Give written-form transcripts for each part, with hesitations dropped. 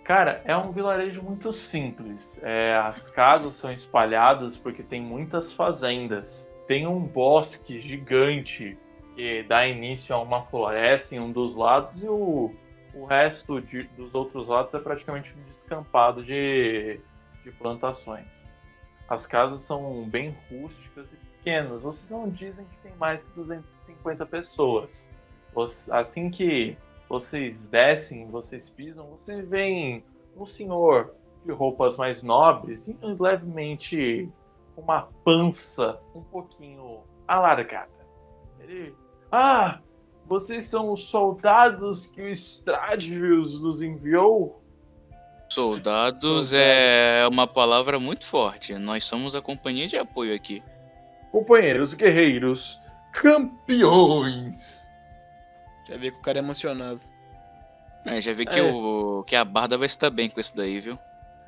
Cara, é um vilarejo muito simples. As casas são espalhadas porque tem muitas fazendas. Tem um bosque gigante que dá início a uma floresta em um dos lados e o resto dos outros lados é praticamente um descampado de plantações. As casas são bem rústicas e pequenas. Vocês não dizem que tem mais que 250 pessoas. Assim que vocês descem, vocês pisam, vocês veem um senhor de roupas mais nobres e levemente com uma pança um pouquinho alargada. Ele. Ah! Vocês são os soldados que o Stradius nos enviou? Soldados Soldado. é uma palavra muito forte. Nós somos a companhia de apoio aqui. Companheiros, guerreiros, campeões! Já vê que o cara é emocionado. Já vi É. que a Barda vai estar bem com isso daí, viu?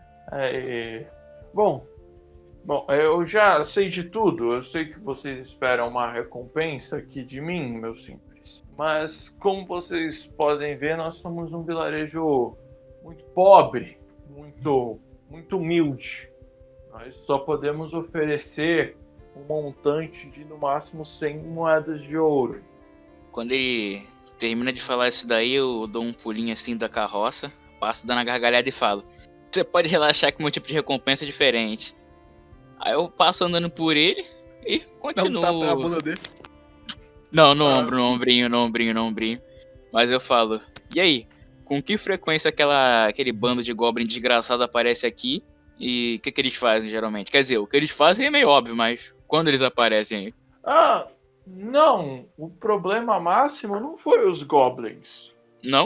Bom, eu já sei de tudo. Eu sei que vocês esperam uma recompensa aqui de mim, meus simples. Mas, como vocês podem ver, nós somos um vilarejo muito pobre, muito humilde. Nós só podemos oferecer um montante de no máximo 100 moedas de ouro. Quando ele termina de falar isso daí, eu dou um pulinho assim da carroça, passo dando a gargalhada e falo: Você pode relaxar que meu tipo de recompensa é diferente. Aí eu passo andando por ele e Dá um continuo. tapa na bunda dele. Não, no ombro, no ombrinho. Mas eu falo: E aí? Com que frequência aquele bando de goblin desgraçado aparece aqui? E o que eles fazem geralmente? Quer dizer, o que eles fazem é meio óbvio, mas quando eles aparecem aí? Ah, não. O problema máximo não foi os goblins. Não?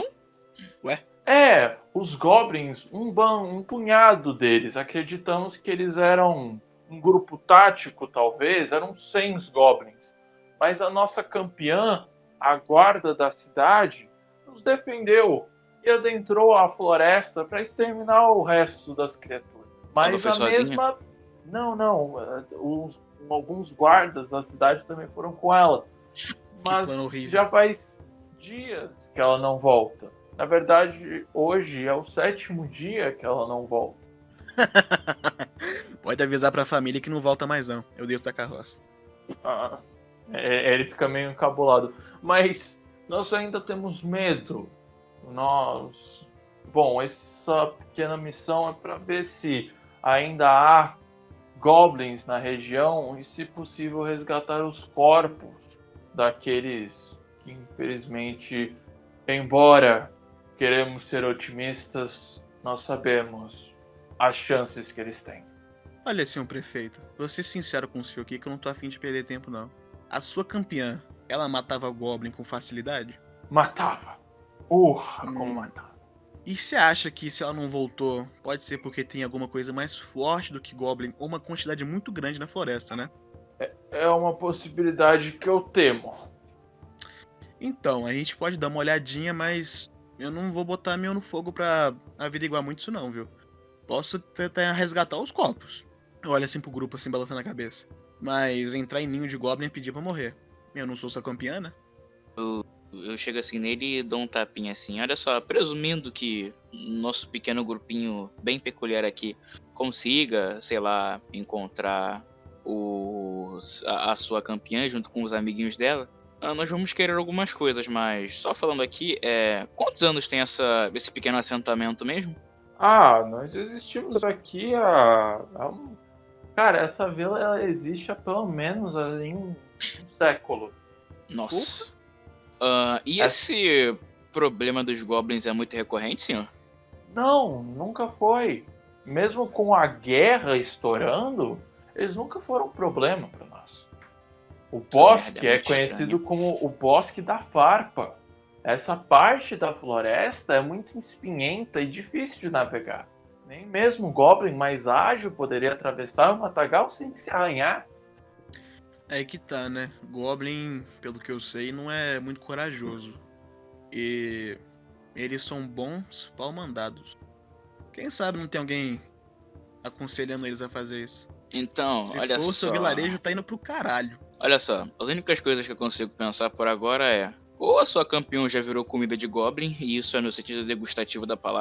Os goblins, um punhado deles. Acreditamos que eles eram um grupo tático, talvez. Eram 100 goblins. Mas a nossa campeã, a guarda da cidade, nos defendeu e adentrou a floresta para exterminar o resto das criaturas. Ela Mas foi a sozinha? mesma. Não. Alguns guardas da cidade também foram com ela. Mas plano horrível. já faz dias que ela não volta. Na verdade, hoje é o 7º dia que ela não volta. Pode avisar pra família que não volta mais não. Eu desço da carroça. Ele fica meio encabulado. Mas nós ainda temos medo. Bom, essa pequena missão é para ver se ainda há goblins na região e, se possível, resgatar os corpos daqueles que, infelizmente, embora queremos ser otimistas, nós sabemos as chances que eles têm. Olha, senhor prefeito, vou ser sincero com o senhor aqui que eu não tô afim de perder tempo não. A sua campeã, ela matava Goblin com facilidade? Matava. Como matava. E você acha que se ela não voltou, pode ser porque tem alguma coisa mais forte do que Goblin ou uma quantidade muito grande na floresta, né? É uma possibilidade que eu temo. Então, a gente pode dar uma olhadinha, mas eu não vou botar meu no fogo pra averiguar muito isso não, viu? Posso tentar resgatar os corpos. Eu olho assim pro grupo, assim, balançando a cabeça. Mas entrar em ninho de Goblin é pedir pra morrer. Eu não sou sua campeã, né? Eu chego assim nele e dou um tapinha assim. Olha só, presumindo que nosso pequeno grupinho bem peculiar aqui consiga, sei lá, encontrar a sua campeã junto com os amiguinhos dela, nós vamos querer algumas coisas, mas só falando aqui, quantos anos tem esse pequeno assentamento mesmo? Nós existimos aqui Cara, essa vila ela existe há pelo menos ali um século. Nossa. E esse problema dos goblins é muito recorrente, senhor? Não, nunca foi. Mesmo com a guerra estourando, eles nunca foram um problema para nós. O bosque merda é é muito conhecido estranha. como o Bosque da Farpa. Essa parte da floresta é muito espinhenta e difícil de navegar. Nem mesmo o Goblin mais ágil poderia atravessar o matagal sem se arranhar. Aí que tá, né? Goblin, pelo que eu sei, não é muito corajoso. E eles são bons pau-mandados. Quem sabe não tem alguém aconselhando eles a fazer isso? Então, Se olha for, o só. seu vilarejo tá indo pro caralho. Olha só, as únicas coisas que eu consigo pensar por agora ou a sua campeã já virou comida de goblin, e isso é no sentido degustativo da palavra,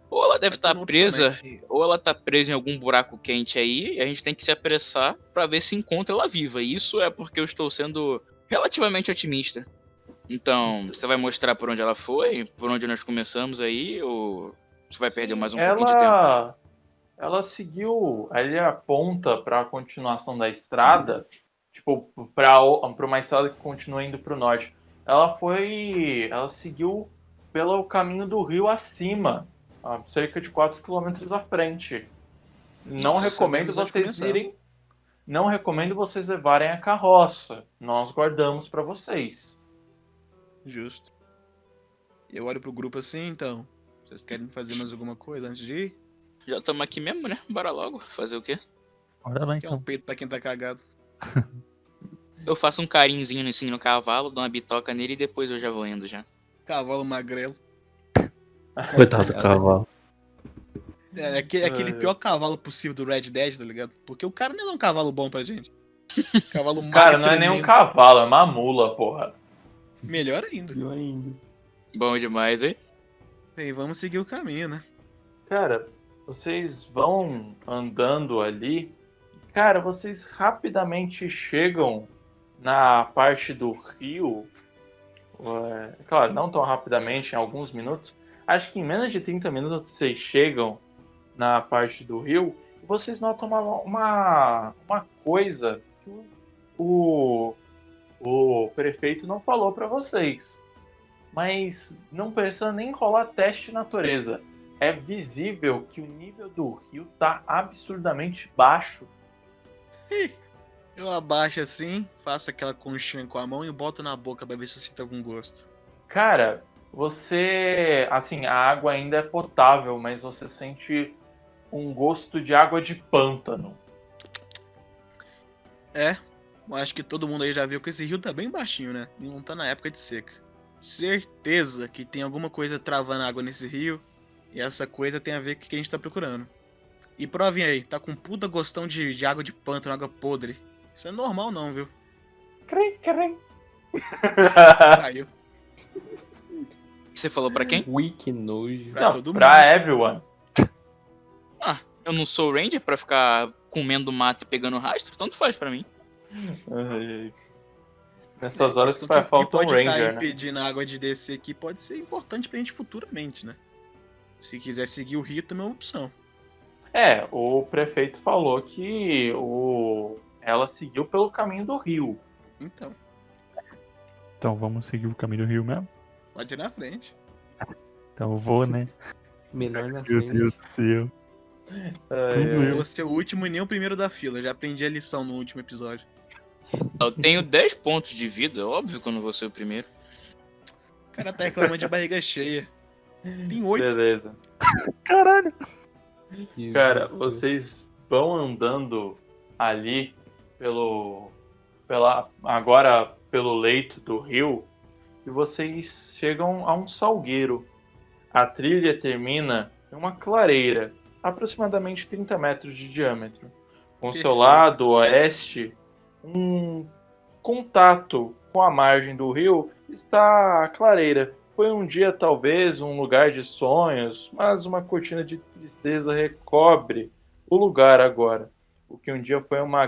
Ou ela deve Pode ser estar no outro presa, ou ela tá presa em algum buraco quente aí, e a gente tem que se apressar pra ver se encontra ela viva. E isso é porque eu estou sendo relativamente otimista. Então, você vai mostrar por onde ela foi, por onde nós começamos aí, ou você vai perder Sim, mais um pouquinho de tempo? ela seguiu, ele aponta para a continuação da estrada, tipo, para uma estrada que continua indo para o norte. Ela seguiu pelo caminho do rio acima, a cerca de 4 quilômetros à frente. Não Nossa, recomendo sabemos onde vocês começar. irem, não recomendo vocês levarem a carroça. Nós guardamos para vocês. Justo. Eu olho pro grupo assim, então. Vocês querem fazer mais alguma coisa antes de ir? já estamos aqui mesmo, né? Bora logo. Fazer o quê? Bora lá Quer um então. peito pra quem tá cagado. Eu faço um carinhozinho assim no cavalo, dou uma bitoca nele e depois eu já vou indo já. Cavalo magrelo. Coitado do cavalo. É aquele pior cavalo possível do Red Dead, tá ligado? Porque o cara não é um cavalo bom pra gente. Cavalo magro Cara, e não é nem um tremendo. cavalo, é uma mula, porra. Melhor ainda. Pior ainda. Bom demais, hein? Bem, vamos seguir o caminho, né? Cara, vocês vão andando ali. Cara, vocês rapidamente chegam na parte do rio. Claro, não tão rapidamente, em alguns minutos. Acho que em menos de 30 minutos vocês chegam na parte do rio. E vocês notam uma coisa que o prefeito não falou para vocês. Mas não precisa nem rolar teste de natureza. É visível que o nível do rio tá absurdamente baixo. Eu abaixo assim, faço aquela conchinha com a mão e boto na boca pra ver se eu sinto algum gosto. Cara, você... Assim, a água ainda é potável, mas você sente um gosto de água de pântano. É, eu acho que todo mundo aí já viu que esse rio tá bem baixinho, né? E não tá na época de seca. Certeza que tem alguma coisa travando água nesse rio. E essa coisa tem a ver com o que a gente tá procurando. E provem aí, tá com puta gostão de água de pântano, água podre. Isso é normal não, viu? Crim, crim. Caiu. Você falou pra quem? Ui, que nojo. Pra Não, todo pra mundo. everyone. Ah, eu não sou ranger pra ficar comendo mato e pegando rastro, tanto faz pra mim. Nessas horas questão faz falta um pode estar ranger, né? impedindo a água de descer aqui pode ser importante pra gente futuramente, né? Se quiser seguir o rio também é uma opção. É, o prefeito falou que ela seguiu pelo caminho do rio. Então, Então vamos seguir o caminho do rio mesmo? pode ir na frente. Então eu vou, né? Melhor na Meu frente. Deus do céu. Tudo Eu eu. vou ser o último e nem o primeiro da fila. Já aprendi a lição no último episódio. Eu tenho 10 pontos de vida, óbvio que eu não vou ser o primeiro. O cara tá reclamando de barriga cheia. Tem 8. Beleza. Caralho. Meu Cara, Deus do céu. vocês vão andando ali agora pelo leito do rio e vocês chegam a um salgueiro. A trilha termina em uma clareira, aproximadamente 30 metros de diâmetro. Com seu Perfeito. lado oeste, um contato com a margem do rio está a clareira. Foi um dia talvez um lugar de sonhos, mas uma cortina de tristeza recobre o lugar agora. O que um dia foi uma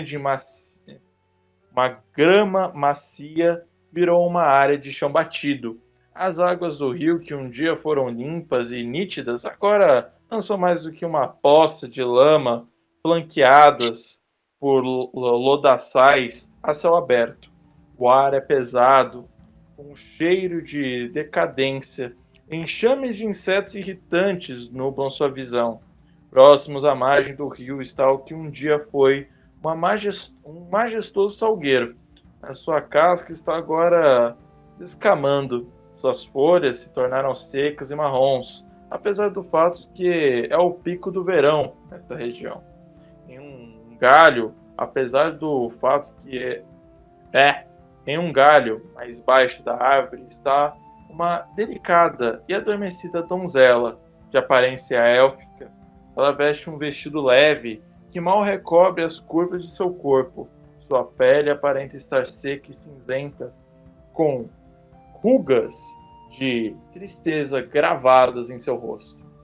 grama macia virou uma área de chão batido. As águas do rio, que um dia foram limpas e nítidas, agora não são mais do que uma poça de lama flanqueadas por lodaçais a céu aberto. O ar é pesado, com um cheiro de decadência. Enxames de insetos irritantes nublam sua visão. Próximos à margem do rio está o que um dia foi um majestoso salgueiro. A sua casca está agora descamando. Suas folhas se tornaram secas e marrons, apesar do fato que é o pico do verão nesta região. Em um galho, apesar do fato que em um galho mais baixo da árvore está uma delicada e adormecida donzela de aparência élfica. Ela veste um vestido leve que mal recobre as curvas de seu corpo. Sua pele aparenta estar seca e cinzenta, com rugas de tristeza gravadas em seu rosto.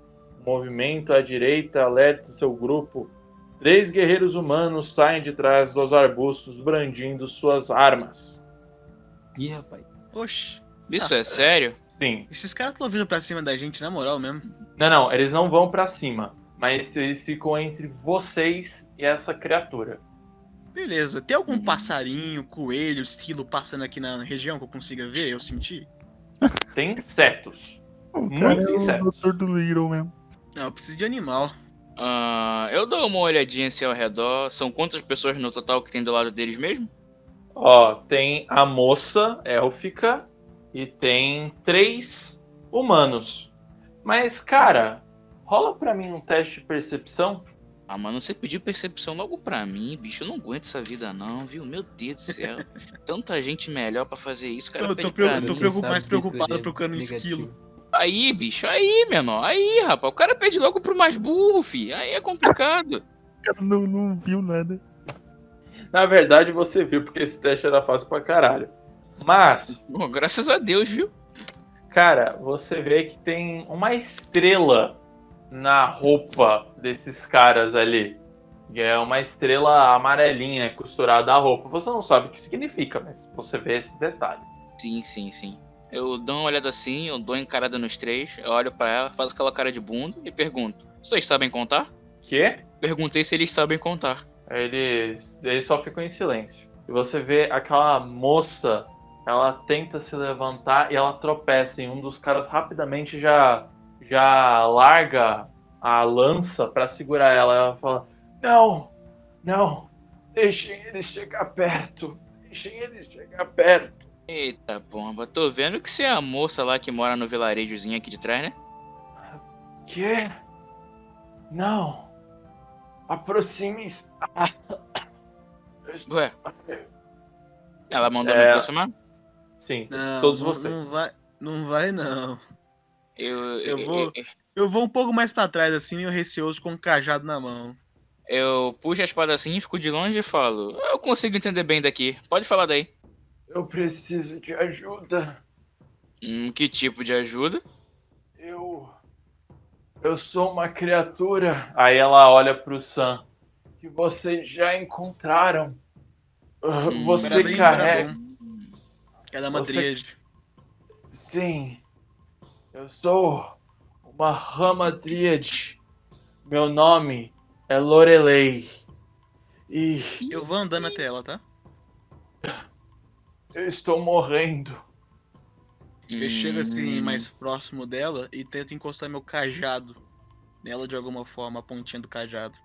movimento à direita alerta seu grupo. 3 guerreiros humanos saem de trás dos arbustos brandindo suas armas. Ih, rapaz. Oxi. Isso é sério? Sim. Esses caras estão vindo pra cima da gente, na moral mesmo. Não, eles não vão pra cima. Mas eles ficam entre vocês e essa criatura. Beleza. Tem algum Uhum. passarinho, coelho, esquilo passando aqui na região que eu consiga ver? Eu senti? Tem insetos. O cara Muitos é o insetos. Dr. do Little mesmo. Não, eu preciso de animal. Eu dou uma olhadinha assim ao redor. São quantas pessoas no total que tem do lado deles mesmo? Ó, tem a moça élfica e tem 3 humanos. Mas, cara, rola pra mim um teste de percepção. Ah, mano, você pediu percepção logo pra mim, bicho. Eu não aguento essa vida não, viu? Meu Deus do céu. Tanta gente melhor pra fazer isso, cara. Eu Pede tô pra mais mim. Sabe preocupado tudo, procurando um negativo. esquilo. Aí, bicho, aí, menor. Aí, rapaz. O cara pede logo pro mais burro, fi. Aí é complicado. O cara não viu nada. Na verdade, você viu, porque esse teste era fácil pra caralho. Mas, Bom, graças a Deus, viu? cara, você vê que tem uma estrela na roupa desses caras ali. Que é uma estrela amarelinha costurada à roupa. Você não sabe o que significa, mas você vê esse detalhe. Sim. Eu dou uma olhada assim, eu dou uma encarada nos 3, eu olho pra ela, faço aquela cara de bunda e pergunto: vocês sabem contar? Que? Perguntei se eles sabem contar. Eles só ficam em silêncio. E você vê aquela moça, ela tenta se levantar e ela tropeça. E um dos caras rapidamente já larga a lança pra segurar ela. Ela fala: Não, deixem eles chegar perto. Deixem eles chegar perto. Eita bomba, tô vendo que você é a moça lá que mora no vilarejozinho aqui de trás, né? Que? Não. Aproximem-se. Ué, ela mandou me É. aproximar? Sim, Não, todos não, vocês. não vai não. Eu vou um pouco mais pra trás assim, meio receoso com o cajado na mão. Eu puxo a espada assim, fico de longe e falo: eu consigo entender bem daqui, pode falar daí. Eu preciso de ajuda. Que tipo de ajuda? Eu sou uma criatura. Aí ela olha pro Sam. Que vocês já encontraram. Você Brabinho, carrega. brabão. Ela é uma Você- tríade. Sim. Eu sou uma rama tríade. Meu nome é Lorelei. E Eu vou andando até ela, tá? eu estou morrendo. Eu chego assim Hum, mais próximo dela e tento encostar meu cajado nela de alguma forma, a pontinha do cajado.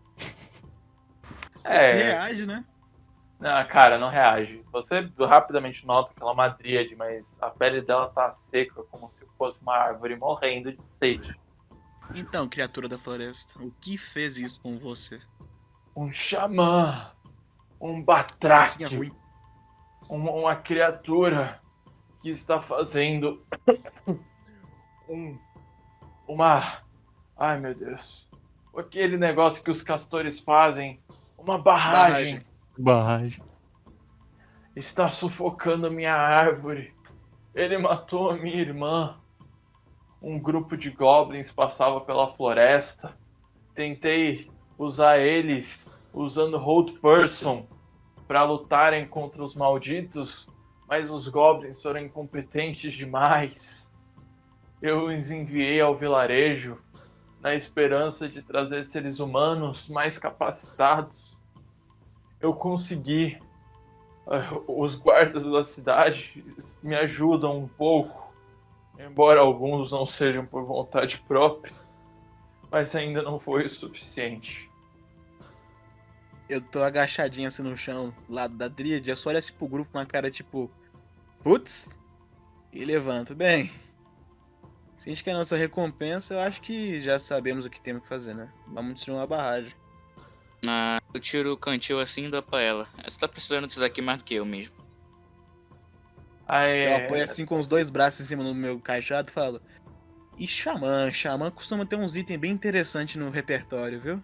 Se reage, né? Não, cara, não reage. Você rapidamente nota que ela é uma dríade, mas a pele dela tá seca, como se fosse uma árvore morrendo de sede. Então, criatura da floresta, o que fez isso com você? Um xamã, um Assim é batraque, ruim. uma criatura que está fazendo uma... Ai, meu Deus. Aquele negócio que os castores fazem, uma barragem. Barragem. Está sufocando a minha árvore. Ele matou a minha irmã. Um grupo de goblins passava pela floresta. Tentei usar eles usando Hold Person para lutarem contra os malditos, mas os goblins foram incompetentes demais. Eu os enviei ao vilarejo na esperança de trazer seres humanos mais capacitados. Eu consegui. Os guardas da cidade me ajudam um pouco, embora alguns não sejam por vontade própria, mas ainda não foi o suficiente. Eu tô agachadinho assim no chão, lado da tríade, eu só olho assim pro grupo com uma cara tipo, putz, e levanto. Bem, se a gente quer nossa recompensa, eu acho que já sabemos o que temos que fazer, né? Vamos destruir uma barragem. eu tiro o cantil assim e dou pra ela. Você tá precisando disso daqui mais do que eu mesmo. Eu apoio assim com os dois braços em cima do meu cajado e falo, e xamã? Xamã costuma ter uns itens bem interessantes no repertório, viu?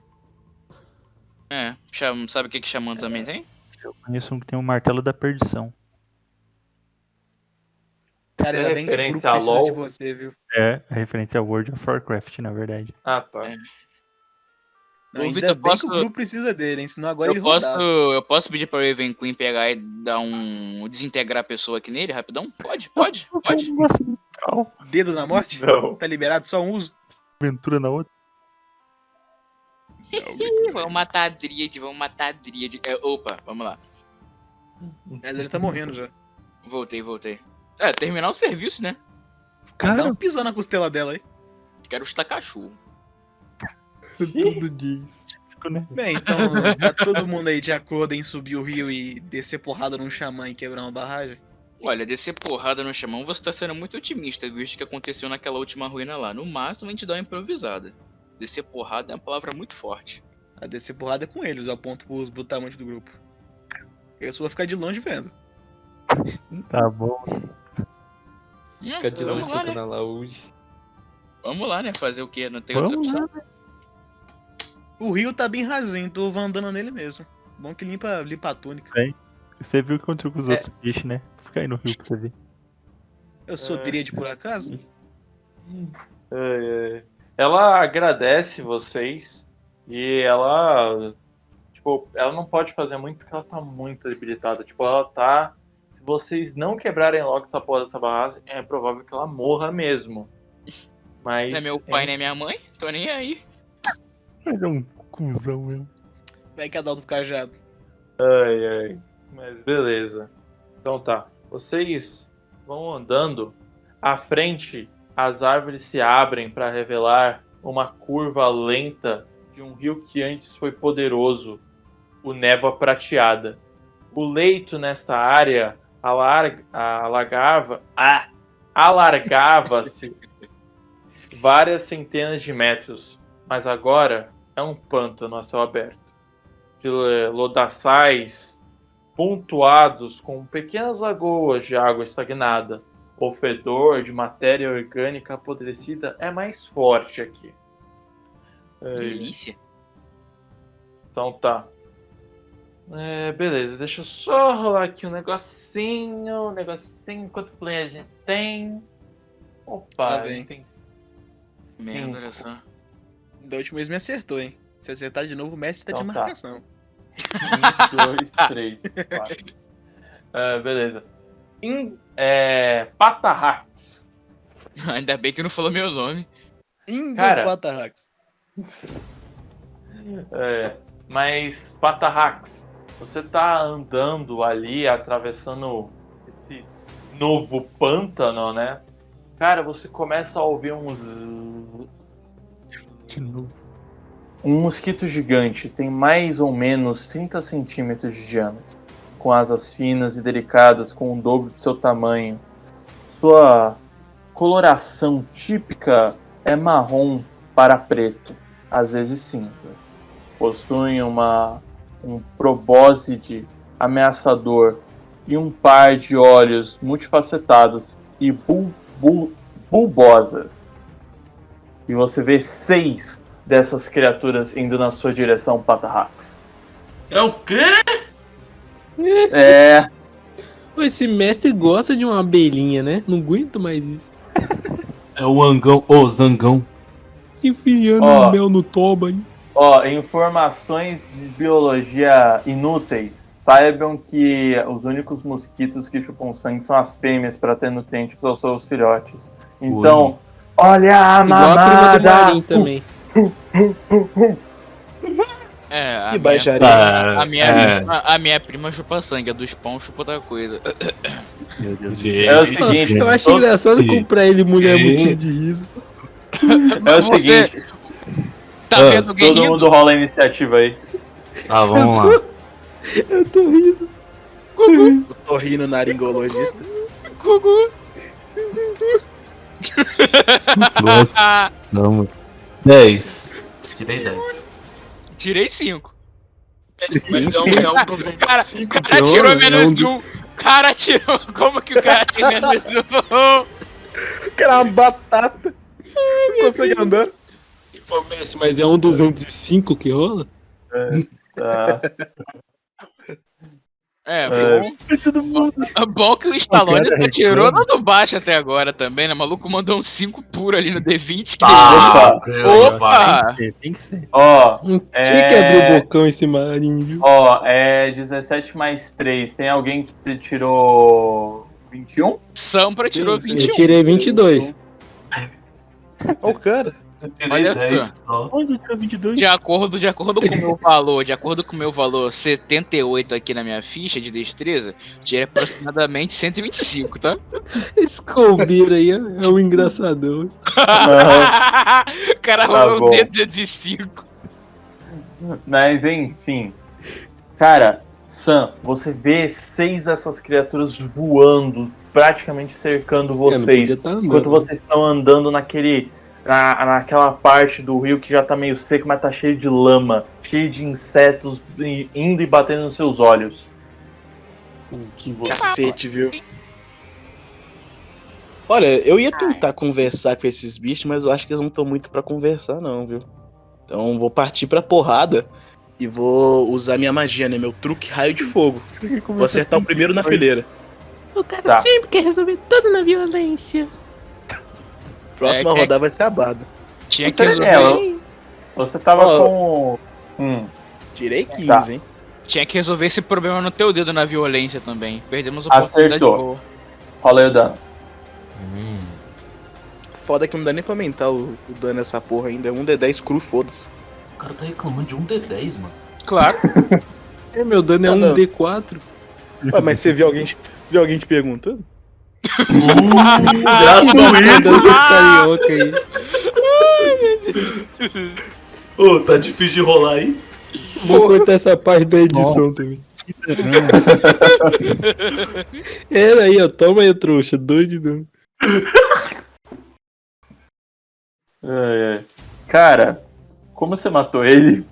Sabe o que xamã também tem? Eu conheço um que tem um martelo da perdição. Cara, É ainda bem que o grupo referência a precisa LOL? de você, viu? É a referência a World of Warcraft, na verdade. Ah, tá. É. Não, Ô, ainda Vitor, bem que o posso- grupo precisa dele, hein? Senão agora Eu ele posso, rodava. eu posso pedir pra Raven Queen pegar e dar um. Desintegrar a pessoa aqui nele, rapidão? Pode. Dedo na morte? Não. Tá liberado só um uso? Aventura na outra. Vamos matar a Dríade, opa, vamos lá. Mas ele tá morrendo já. Voltei. É, terminar o serviço, né? Dá Cara, um pisão na costela dela aí. Quero chutar cachorro. tudo diz. Né? Bem, então tá todo mundo aí de acordo em subir o rio e descer porrada num xamã e quebrar uma barragem? Olha, descer porrada no chamão, você tá sendo muito otimista, visto que aconteceu naquela última ruína lá. No máximo, a gente dá uma improvisada. Descer porrada é uma palavra muito forte. A descer porrada é com eles, eu aponto pros brutamontes do grupo. Eu só vou ficar de longe vendo. Tá bom. Fica de longe vamos lá, tocando né? alaúde. Vamos lá, né? Fazer o quê? Não tem outra Vamos opção. lá. O rio tá bem rasinho, tô andando nele mesmo. Bom que limpa a túnica. Você viu o que aconteceu com os É. outros peixes, né? Fica aí no rio pra você ver. Eu sou Dríade por acaso? Ela agradece vocês e ela. Tipo, ela não pode fazer muito porque ela tá muito debilitada. Tipo, ela tá. Se vocês não quebrarem logo essa porra dessa barragem, é provável que ela morra mesmo. Mas. Não é meu pai, nem minha mãe? Tô nem aí. Mas é um cuzão mesmo. Vai que é do cajado. Ai. Mas beleza. Então tá. Vocês vão andando. À frente, as árvores se abrem para revelar uma curva lenta de um rio que antes foi poderoso, o Névoa Prateada. O leito nesta área alargava-se várias centenas de metros, mas agora é um pântano a céu aberto, de lodaçais pontuados com pequenas lagoas de água estagnada. O fedor de matéria orgânica apodrecida é mais forte aqui. Delícia. Então tá. Beleza, deixa eu só rolar aqui um negocinho quanto play a gente tem. Opa, Tá bem. tem Merda, cinco. olha só. Da última vez me acertou, hein? Se acertar de novo, o mestre tá Então de tá. marcação. 1, 2, 3, 4. Beleza. Patarrax. Ainda bem que não falou meu nome. Cara. Indopatarrax. Mas, Patarrax, você tá andando ali, atravessando esse novo pântano, né? Cara, você começa a ouvir De novo. um mosquito gigante, tem mais ou menos 30 centímetros de diâmetro, com asas finas e delicadas, com o dobro do seu tamanho. Sua coloração típica é marrom para preto, às vezes cinza. Possui um probóscide ameaçador e um par de olhos multifacetados e bulbosas. E você vê 6 dessas criaturas indo na sua direção, Patarrax. É o quê? Pô, esse mestre gosta de uma abelhinha, né? Não aguento mais isso. É o Angão, ô Zangão. Enfiando Ó. mel no toba, hein? Informações de biologia inúteis. Saibam que os únicos mosquitos que chupam sangue são as fêmeas para ter nutrientes aos seus filhotes. Então, olha a Igual a prima do mamada! Marim também. A Que minha, baixaria. a minha prima chupa sangue, a do spawn chupa outra coisa. Meu Deus. É o seguinte, Eu acho todo- engraçado comprar ele mulher Sim. motivo de riso. é o Você- seguinte, Tá vendo alguém todo rindo? mundo rola a iniciativa aí. Tá, vamos lá. Eu tô rindo. O torrino naringologista. Gugu. Nossa, vamos. 10. Tirei 10. Tirei 5. Mas é um 205 O cara tirou menos 1. Cara tirou. Como que o cara tirou menos 1? cara é uma batata. Não consegue andar. Ô, Messi, mas é um 205 que rola? Tá. É, Todo mundo. bom que o Stallone Cara, só tirou reclama. dando baixo até agora também, né? O maluco mandou um 5 puro ali no D20. Que Ah, Opa! Tem que ser. Ó, Quem quebrou o bocão esse marinho, viu? ó, é 17 mais 3. Tem alguém que te tirou 21? Sampra tirou Sim, Eu 21. tirei 22. Ó o cara. Eu tirei Olha 10 só. Onde eu tirei 22? De acordo com o meu valor 78 aqui na minha ficha de destreza, tirei aproximadamente 125, tá? Esse combeiro aí é um engraçadão. O cara Tá rolou bom. um D205. Mas enfim. Cara, Sam, você vê 6 dessas criaturas voando, praticamente cercando vocês. Enquanto vocês estão andando naquela parte do rio que já tá meio seco, mas tá cheio de lama, cheio de insetos indo e batendo nos seus olhos. O que você Cacete, viu? Olha, eu ia tentar conversar com esses bichos, mas eu acho que eles não estão muito pra conversar, não, viu? Então vou partir pra porrada e vou usar minha magia, né? Meu truque raio de fogo. Vou acertar o primeiro na fileira. O cara Tá. sempre quer resolver tudo na violência. Próxima rodada vai ser a Bada. Tinha que Você- resolver, Você tava Ó. com. Tirei 15, Tá. hein? tinha que resolver esse problema no teu dedo na violência também. Perdemos a oportunidade Acertou. boa. Rola aí o dano. Foda que não dá nem pra aumentar o dano nessa porra ainda. É um D10 cru, foda-se. O cara tá reclamando de um D10, mano. Claro. É, meu dano é Ah, um não. D4. Ué, mas você viu alguém te perguntando? Gratuito. Dano desse carioca aí. Ô, tá difícil de rolar aí? Vou cortar essa parte da edição também. Era aí, ó. Toma aí, trouxa. 2 de dano. Cara, como você matou ele?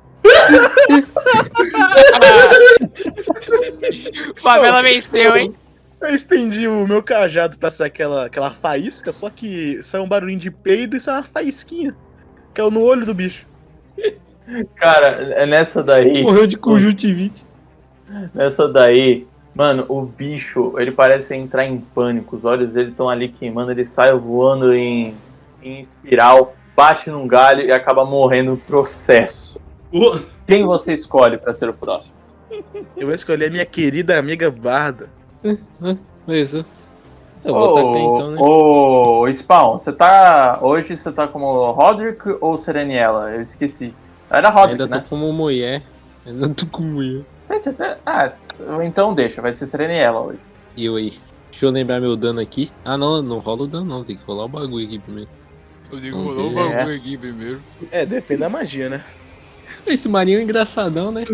Favela venceu, hein? Eu estendi o meu cajado pra sair aquela faísca, só que saiu um barulhinho de peido e saiu uma faísquinha. Caiu no olho do bicho. Cara, é nessa daí. Morreu de conjuntivite. Nessa daí, mano, o bicho, ele parece entrar em pânico. Os olhos dele estão ali queimando, ele sai voando em espiral, bate num galho e acaba morrendo no processo. Ô, Quem você escolhe pra ser o próximo? Eu vou escolher a minha querida amiga Barda. Isso. Eu vou atacar então, né? Ô, Spawn, hoje você tá como Roderick ou Sereniela? Eu esqueci. Era Roderick, Ainda tô né? como mulher. Ainda tô como mulher. Tem certeza? Ah, então deixa, vai ser Sereniela hoje. E eu aí? Deixa eu lembrar meu dano aqui. Ah, não rola o dano não. Tem que rolar o bagulho aqui primeiro. Eu digo, Vamos rolou o ver. bagulho aqui primeiro. É, depende da magia, né? Esse marinho é engraçadão, né?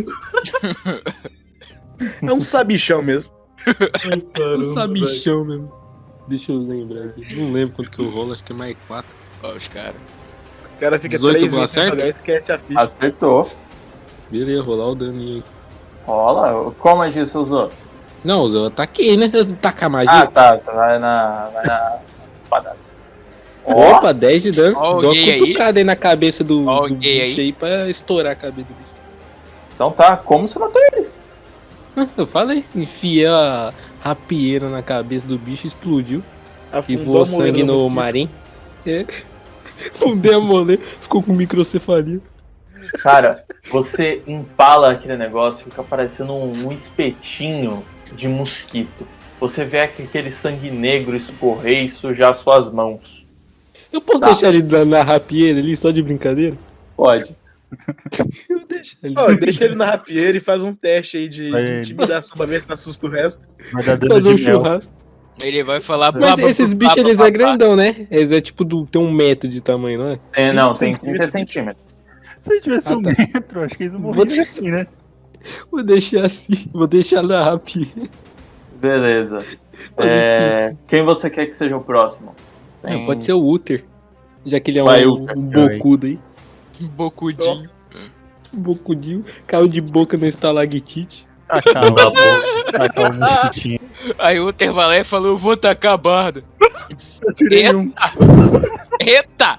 É um sabichão mesmo. Um sabichão mesmo. Deixa eu lembrar aqui. Não lembro quanto que eu rolo, acho que é mais 4. Ó, os caras. O cara fica 18 3 boa meses sem certo? jogar e esquece a ficha. Acertou. Beleza, rolar o daninho aí. Rola. Qual magia você usou? Não, eu ataquei, né? Eu tacar Ah, magia. tá. Você vai na espadada. Ó, Opa, 10 de dano. Ó o Dou uma gay aí. cutucada aí na cabeça do, Ó o do gay bicho aí. aí pra estourar a cabeça do bicho. então tá. Como você matou ele? Eu falei, enfiei a rapieira na cabeça do bicho e explodiu. E Afundou voou a mulher sangue no no mosquito. marim. É. Fundei a mole, ficou com microcefalia. Cara, você empala aquele negócio, fica parecendo um espetinho de mosquito. Você vê aquele sangue negro escorrer e sujar suas mãos. Eu posso Tá. deixar ele na rapieira ali, só de brincadeira? Pode. Eu deixo ele. Ó, deixa ele na rapieira e faz um teste aí de Vai. intimidação pra ver se não assusta o resto. Vai dar dano Fazer um de mel. churrasco. Ele vai falar Mas esses bichos, eles é grandão, né? Eles é tipo, tem 1 metro de tamanho, não é? Não, 20 tem 30 centímetros. Se ele tivesse Ah, 1 tá. metro, acho que eles não Vou morriam deixar- assim, né? Vou deixar assim, vou deixar na rapieira. Beleza. Quem você quer que seja o próximo? Tem- Pode ser o Uther. Já que ele é Vai, um Uther. bocudo aí. Bocudinho. Um bocudinho. Caiu de boca no estalactite. Tacar Não dá tacar um mosquitinho. Aí o Uther vai lá e falou, eu vou tacar a barda. Eu tirei um. Eita!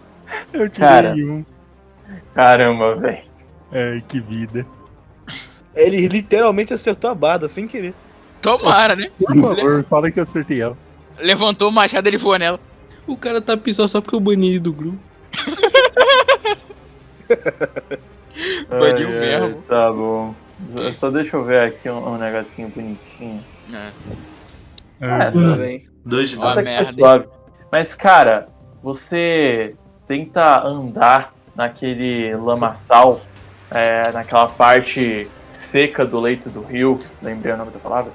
Eu tirei Cara. um. Caramba, velho. Ai, que vida. Ele literalmente acertou a barda sem querer. Tomara, né? Por favor, fala que eu acertei ela. Levantou o machado e ele voou nela. O cara tá pistola só porque eu bani ele do grupo. Baniu mesmo. Tá bom. Só deixa eu ver aqui um negocinho bonitinho. Tá bem. 2 de Ó, dano. Até que foi merda, hein? suave. Mas, cara, você tenta andar naquele lamaçal, naquela parte seca do leito do rio, lembrei o nome da palavra.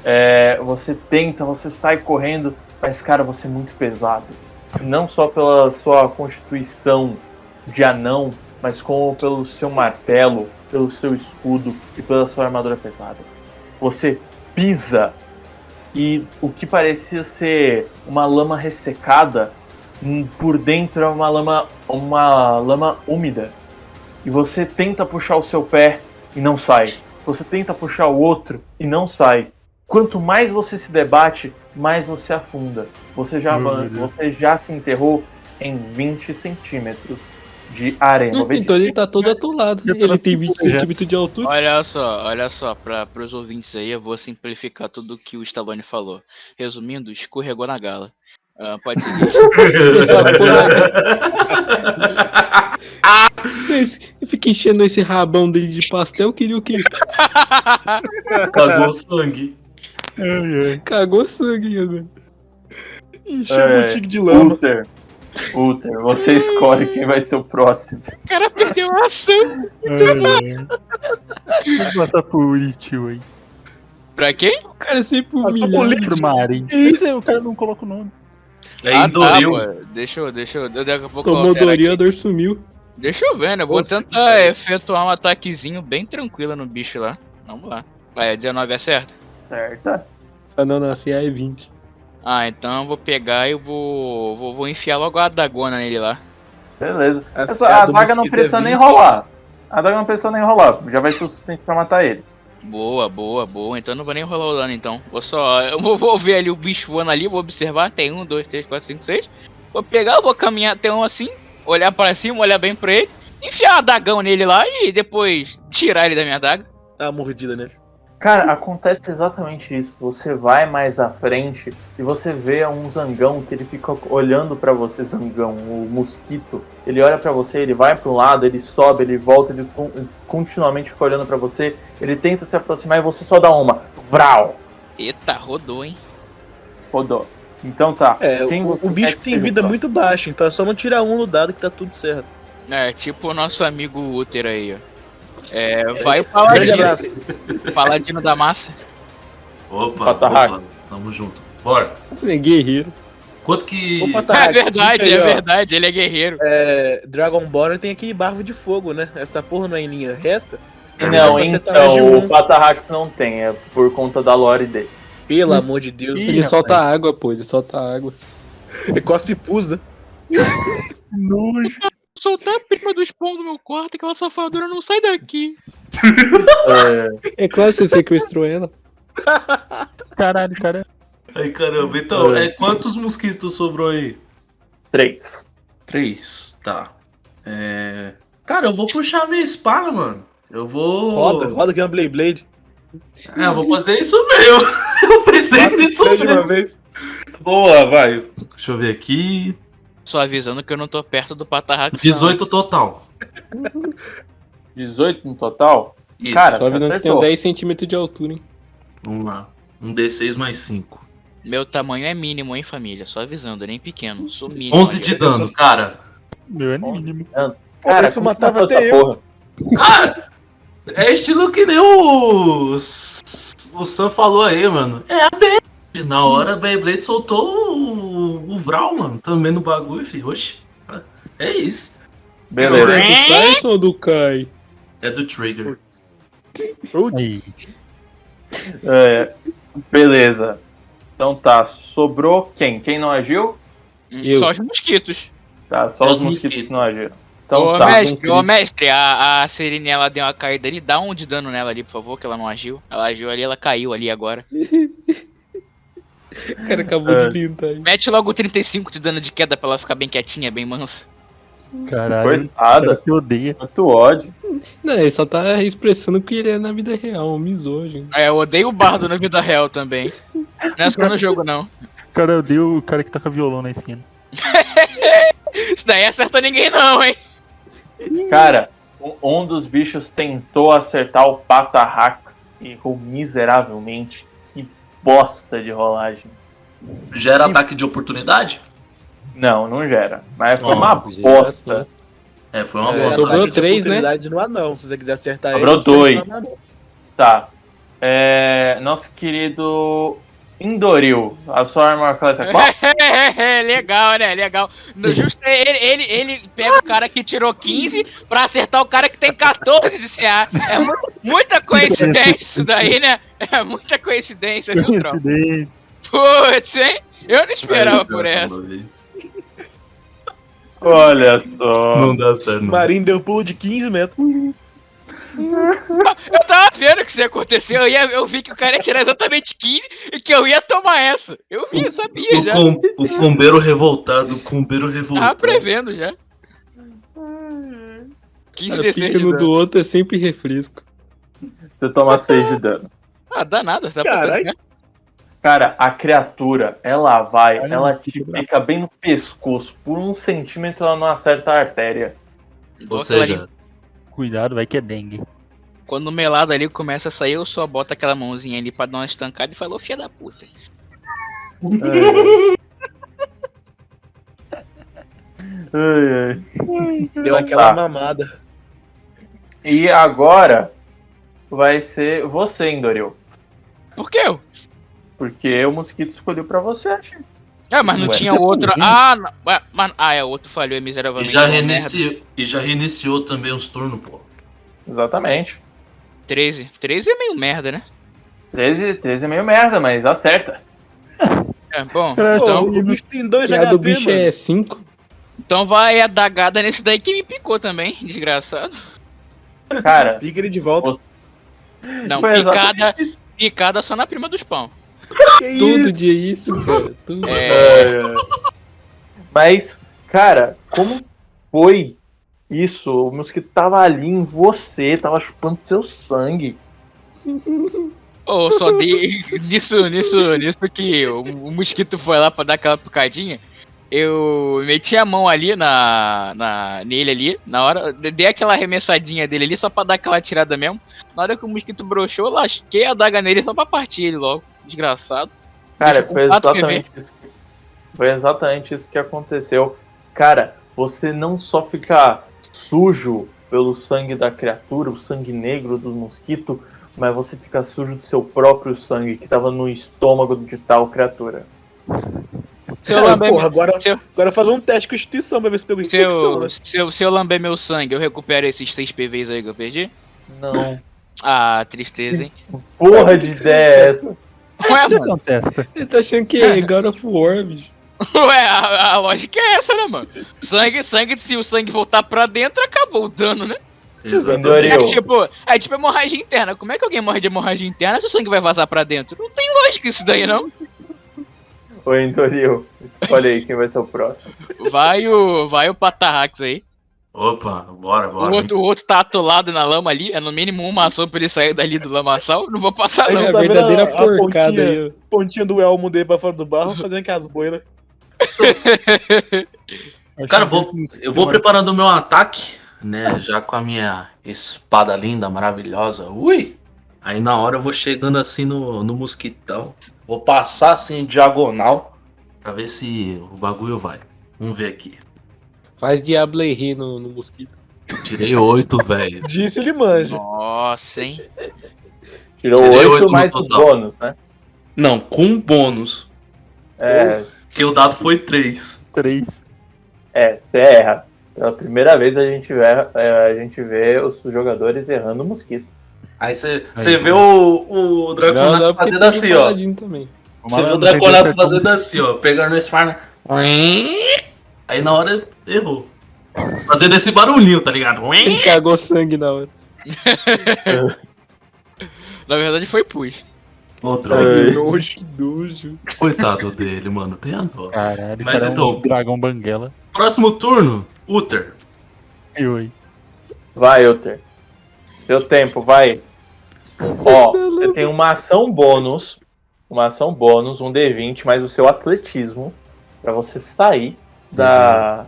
Você sai correndo, mas, cara, você é muito pesado. Não só pela sua constituição de anão, mas como pelo seu martelo, pelo seu escudo e pela sua armadura pesada. Você pisa e o que parecia ser uma lama ressecada, por dentro é uma lama úmida. E você tenta puxar o seu pé e não sai. Você tenta puxar o outro e não sai. Quanto mais você se debate, mais você afunda. Você já se enterrou em 20 centímetros de arena. Então ele tá todo atolado. Ele tem 20 centímetros de altura. Olha só, pros ouvintes aí, eu vou simplificar tudo que o Stallone falou. Resumindo, escorregou na gala. Pode seguir. Fica enchendo esse rabão dele de pastel, queria o quê? Cagou sangue. Cagou sangue agora. Encheu o tique de lama. Uther, você escolhe quem vai ser o próximo. O cara perdeu a ação. Vou passar pro Uritil aí. Pra quem? O cara é sempre Passou humilhado. por Lich. Pro Marin. Isso. O cara não coloca o nome. É Indoril. Pô. Deixa eu. Daqui a pouco Tomou eu altero aqui. Doria, a dor sumiu. Deixa eu ver, né? Vou tentar efetuar um ataquezinho bem tranquilo no bicho lá. Vamos lá. Vai, a 19 é certo? Certa. Ah, não, na CA é 20. Então eu vou pegar e vou enfiar logo a adagona nele lá. Beleza. A A do daga não mosquito precisa é nem 20. rolar. A daga não precisa nem rolar. Já vai ser o suficiente pra matar ele. Boa. Então eu não vou nem rolar o dano então. Eu vou ver ali o bicho voando ali, vou observar. Tem 1, 2, 3, 4, 5, 6. Vou pegar, vou caminhar até um assim, olhar pra cima, olhar bem pra ele, enfiar a dagão nele lá e depois tirar ele da minha daga. Dá uma mordida nele. Cara, acontece exatamente isso. Você vai mais à frente e você vê um zangão que ele fica olhando pra você, zangão, o mosquito. Ele olha pra você, ele vai pro lado, ele sobe, ele volta, ele continuamente fica olhando pra você. Ele tenta se aproximar e você só dá uma. Vrau! Eita, rodou, hein? Rodou. Então tá. Quem você O bicho quer que tem seja o vida próximo? muito baixa, então é só não tirar um no dado que tá tudo certo. É, tipo o nosso amigo Uther aí, ó. Vai o Grande Paladino. abraço. Paladino da massa. Opa, Patarrax. tamo junto. Bora. É guerreiro. Quanto que... Opa, É Tarrax, verdade, dica aí, ó. verdade, ele é guerreiro. Dragon Ball tem aquele barvo de fogo, né? Essa porra não é em linha reta. Não, Você tá mais de então, um. o Patarrax não tem, é por conta da lore dele. Pelo amor de Deus. Ele solta água, pô. Ele solta água. Ele cospe pus, né? Nojo. Soltar a prima do spawn do meu quarto, aquela safadora não sai daqui. É claro que você sequestrou ela. Caralho, cara. Ai, caramba. Então, quantos mosquitos sobrou aí? 3. 3, tá. Cara, eu vou puxar a minha espada, mano. Eu vou... Roda que é uma Blade. eu vou fazer isso mesmo. Eu pensei nisso de uma mesmo. vez. Boa, vai. Deixa eu ver aqui. Só avisando que eu não tô perto do Patarrax. 18 total. 18 no total? Isso. Cara, Só avisando que tem acertou. 10 centímetros de altura, hein? Vamos lá. Um D6 mais 5. Meu tamanho é mínimo, hein, família? Só avisando, nem pequeno. Sou mínimo. 11 ali, de ó. dano, cara. Meu é mínimo. Cara, isso como matava matou até essa eu. porra? Cara, é estilo que nem o Sam falou aí, mano. É a Beyblade. Na hora a Beyblade soltou o Vral, mano. Também no bagulho, filho. Oxi. É isso. Beleza. É do Tyson ou do Kai? É do Trigger. Aí. Beleza. Então tá, sobrou quem? Quem não agiu? Eu. Só os mosquitos. Tá, só É os os mosquitos mosquitos. que não agiram. Então Ô, tá. mestre, a Serene, ela deu uma caída ali. Dá um de dano nela ali, por favor, que ela não agiu. Ela agiu ali, ela caiu ali agora. O cara acabou de pintar aí. Mete logo 35 de dano de queda pra ela ficar bem quietinha, bem mansa. Caralho, Coitada. cara que odeia. Quanto ódio. Não, ele só tá expressando o que ele é na vida real, um misógino. Eu odeio o bardo na vida real também. Não é só no jogo, não. Cara, eu odeio o cara que toca violão na esquina. Isso daí acerta ninguém não, hein? Cara, um dos bichos tentou acertar o Patarrax e errou miseravelmente. Que bosta de rolagem. Gera ataque de oportunidade? Não gera. Mas foi Ó, uma bosta. Foi uma É, bosta. sobrou ataque de 3, né? oportunidade no anão, se você quiser acertar Sobrou ele. 2. Tá. Nosso querido Indoril. A sua arma classe é qual? Legal, né? Legal. Justo ele pega o cara que tirou 15 pra acertar o cara que tem 14 de CA. É muita coincidência isso daí, né? É muita coincidência, viu, Troll? Coincidência. Putz, hein? Eu não esperava por essa. Olha só. Não dá certo. O Marinho deu pulo de 15 metros. Eu tava vendo que isso ia acontecer. Eu vi que o cara ia tirar exatamente 15 e que eu ia tomar essa. Eu vi, eu sabia já. O combeiro revoltado, Tava prevendo já. 15 Cara, D6 pica de no dano. do outro é sempre refresco. Você toma 6 de dano. Ah, dá nada. Tá Caralho. botando, Cara, a criatura, ela vai, Olha, ela não te fica pica bem no pescoço. Por 1 centímetro ela não acerta a artéria. Ou aquela seja, Cuidado, vai que é dengue. Quando o melado ali começa a sair, eu só boto aquela mãozinha ali pra dar uma estancada e falo, filha da puta. Ai. Deu aquela mamada. E agora vai ser você, Indoril. Por que eu? Porque o mosquito escolheu pra você, acho. Ah, mas não Ué, tinha outro. Ah, não. O outro falhou e miseravelmente. já reiniciou também os turnos, pô. Exatamente. 13. 13 é meio merda, né? 13 é meio merda, mas acerta. É, bom. Cara, Pô, Então, o bicho tem 2 A HP, do bicho mano. é 5. então vai a dagada nesse daí que me picou também, desgraçado. Cara, Pica ele de volta. Não, Foi exatamente picada só na prima dos pão. Que Todo isso? dia isso, cara. Todo Mas, cara, como foi isso? O mosquito tava ali em você, tava chupando seu sangue. Ô, só dei. Nisso que o mosquito foi lá pra dar aquela picadinha. Eu meti a mão ali nele ali, na hora, dei aquela arremessadinha dele ali só pra dar aquela tirada mesmo. Na hora que o mosquito broxou, eu lasquei a daga nele só pra partir ele logo. Desgraçado. Cara, Deixa foi com 4 exatamente isso. Foi exatamente isso que aconteceu. Cara, você não só fica sujo pelo sangue da criatura, o sangue negro do mosquito, mas você fica sujo do seu próprio sangue que tava no estômago de tal criatura. Se eu Cara, lamber, porra, agora se eu- fazer um teste com instituição pra ver se pegou se infecção, eu, né? se eu lamber meu sangue, eu recupero esses 3 PVs aí que eu perdi? Não. Ah, tristeza, hein? Porra de ideia é essa? Ué, Isso é mano. um testa. Ele tá achando que é God of War, bicho. Ué, a lógica é essa, né, mano? Sangue, se o sangue voltar pra dentro, acabou o dano, né? Indoril. É tipo hemorragia interna. Como é que alguém morre de hemorragia interna se o sangue vai vazar pra dentro? Não tem lógica isso daí, não. Ô, Indoril, escolhe aí quem vai ser o próximo. Vai o Patarrax aí. Opa, bora. O outro tá atolado na lama ali. É no mínimo uma ação pra ele sair dali do lamaçal. Não vou passar, Aí não. É a tá vendo verdadeira a porcada pontinha? aí, ó. Pontinha do elmo dele pra fora do barro, fazendo aquelas boinas. Cara, eu vou preparando o meu ataque, né? Já com a minha espada linda, maravilhosa. Ui! Aí na hora eu vou chegando assim no mosquitão. Vou passar assim diagonal pra ver se o bagulho vai. Vamos ver aqui. Faz Diablo e ri no mosquito. Tirei 8, velho. Disso ele manja. Nossa, hein? Tirou Tirei 8 oito no mais os total. bônus, né? Não, com bônus. É, Porque o dado foi 3. 3. você erra. Pela primeira vez a gente vê os jogadores errando o mosquito. Aí você vê o Draconato porque fazendo tem assim, ó. paladino também. Você vê o Draconato fazendo assim, ó. Pegando o Sparna. Aí na hora errou. Fazendo esse barulhinho, tá ligado? Ele cagou sangue na hora. Na verdade foi push. Outro. Que nojo. Que nojo. Coitado dele, mano. Tem a dó. Caralho, Mas cara, é então- um dragão banguela. Próximo turno, Uther. Oi. Vai, Uther. Seu tempo, vai. Ó, você tem uma ação bônus, um D20, mais o seu atletismo, pra você sair da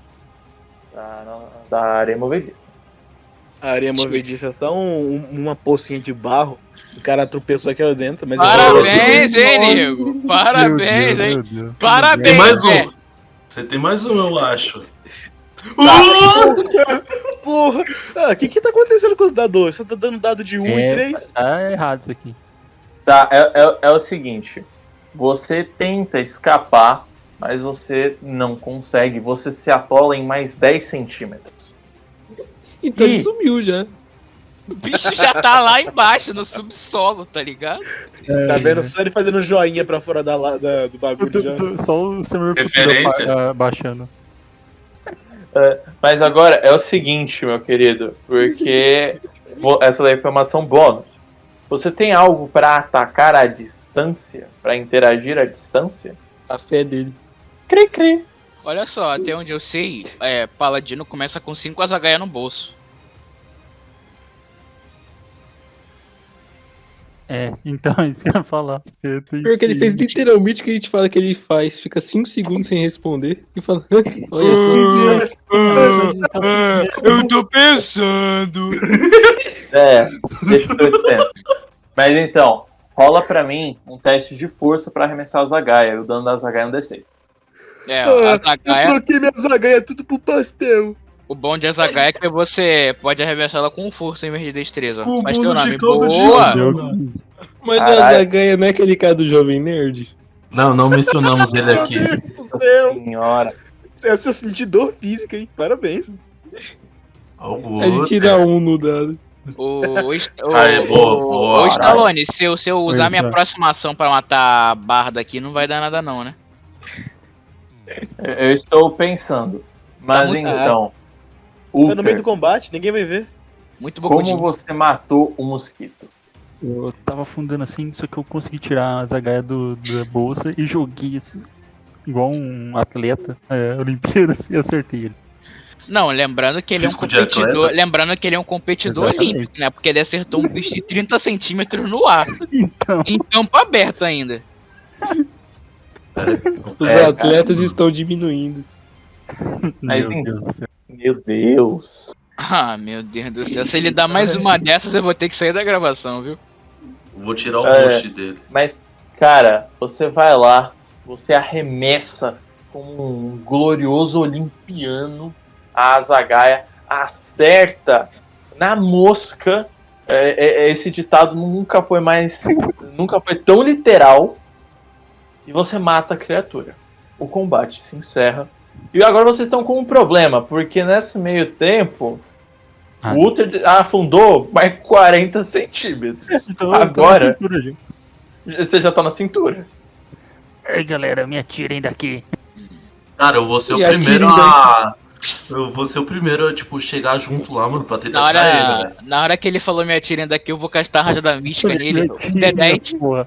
areia movediça. A areia movediça é só uma pocinha de barro. O cara tropeçou aqui dentro, mas... Parabéns, hein, nego? Parabéns, hein? Meu Deus. Parabéns, Tem mais é. um. Você tem mais um, eu acho. Porra! O que tá acontecendo com os dados? Você tá dando dado de 1 e 3? Tá errado isso aqui. Tá, é o seguinte. Você tenta escapar, mas você não consegue. Você se atola em mais 10 centímetros. Então ele Ih. sumiu já. O bicho já tá lá embaixo, no subsolo, tá ligado? Tá vendo só ele fazendo joinha pra fora do bagulho já? Só o senhor Referência. baixando. Mas agora é o seguinte, meu querido, porque essa daí foi uma ação bônus. Você tem algo pra atacar à distância? Pra interagir à distância? A fé dele. Cri. Olha só, até onde eu sei, Paladino começa com 5 azagaia no bolso. Então é isso que eu ia falar. Pior que ele fez literalmente o que a gente fala que ele faz. Fica 5 segundos sem responder e fala, olha só. Eu tô pensando. Deixa eu dizendo. Mas então, rola pra mim um teste de força pra arremessar a zagaia. O dano da zagaia é um D6. A Eu zagaia, troquei minha zagaia tudo pro pastel. o bom de azagaia é que você pode arremessar ela com força em vez de destreza. Com Faz teu bônus de nome. caldo de Boa! ouro. Mas o Caralho. Azaganha não é aquele cara do Jovem Nerd? Não mencionamos ele aqui. Meu Deus. Senhora. Você sentiu dor física, hein? Parabéns. Algo Ele tira 1 no dado. O boa. Stallone, se eu usar Pois minha é. próxima ação pra matar a barda aqui, não vai dar nada não, né? Eu estou pensando. Mas muito- então, Tá no meio do Uther, combate, ninguém vai ver. Muito como bocudinho. você matou o mosquito? Eu tava afundando assim, só que eu consegui tirar a zagaia da bolsa e joguei assim, igual um atleta Olimpíada, e acertei ele. Não, lembrando que ele é um Físico de competidor. atleta? Lembrando que ele é um competidor Exatamente. olímpico, né? Porque ele acertou um bicho de 30 centímetros no ar. Então, Em campo aberto ainda. Os É, atletas estão diminuindo. Mas meu enfim. Deus do céu. Meu Deus. Ah, meu Deus do céu. Se ele dar mais uma dessas, eu vou ter que sair da gravação, viu? Vou tirar o host dele. Mas, cara, você vai lá, você arremessa como um glorioso olimpiano a zagaia, acerta na mosca. Esse ditado nunca foi tão literal. E você mata a criatura. O combate se encerra. E agora vocês estão com um problema, porque nesse meio tempo, o Uther afundou mais 40 centímetros. Então, Agora- eu tô na cintura, gente. Você já tá na cintura. Ei, galera, me atirem daqui. Cara, eu vou ser o E primeiro atire a. Eu vou ser o primeiro a, tipo, chegar junto lá, mano, pra tentar tirar ele, velho. Na hora que ele falou me atirem daqui, eu vou castar a rajada mística nele. Um D10. Porra.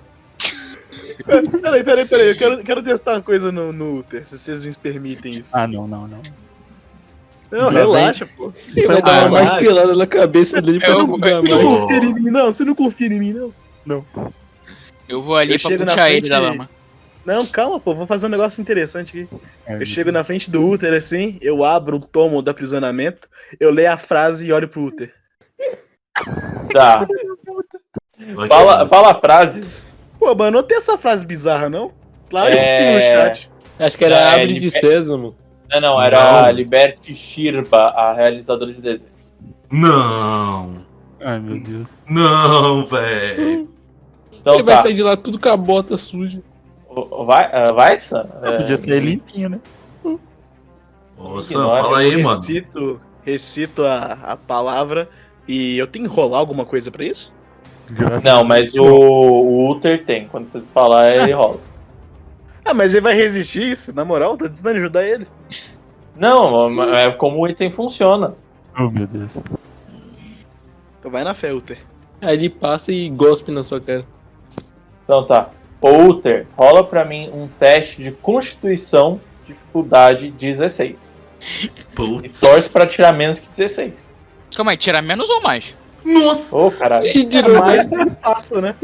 Peraí, eu quero testar uma coisa no Uther, se vocês me permitem isso. Ah, não. Não, Já relaxa, pô. Ele vai dar uma martelada na cabeça dele pra Eu- nunca Você não mais. confia em mim, não? Você não confia em mim, não? Eu vou ali Eu pra chego na puxar ele frente da lama. Não, calma, pô, vou fazer um negócio interessante aqui. É, Eu chego na frente do Uther assim, eu abro o tomo do aprisionamento, eu leio a frase e olho pro Uther. Tá. Vai Fala a frase. Pô, mano, não tem essa frase bizarra, não? Claro que É. sim no chat. Acho que era É, Abre de Sésamo. Não, era Não. Liberte Shirba, a realizadora de desenho. Não. Ai, meu Deus. Não, velho. Então Ele vai tá. sair de lá tudo com a bota suja. Vai, Sam? Podia ser limpinho, né? Ô, Sam, Ignora, fala aí, eu mano. recito a palavra e eu tenho que rolar alguma coisa pra isso? Graças Não, a mas Deus. o Uther tem. Quando você falar, ele rola. Ah, mas ele vai resistir isso? Na moral, tô tentando ajudar ele. Não, é como o item funciona. Oh, meu Deus. Então vai na fé, Uther. Aí ele passa e gospe na sua cara. Então tá. Ô Uther, rola pra mim um teste de constituição, dificuldade 16. E Putz. torce pra tirar menos que 16. Calma aí, tirar menos ou mais? Nossa. Ô, caralho. E de É novo, mais que passa, né?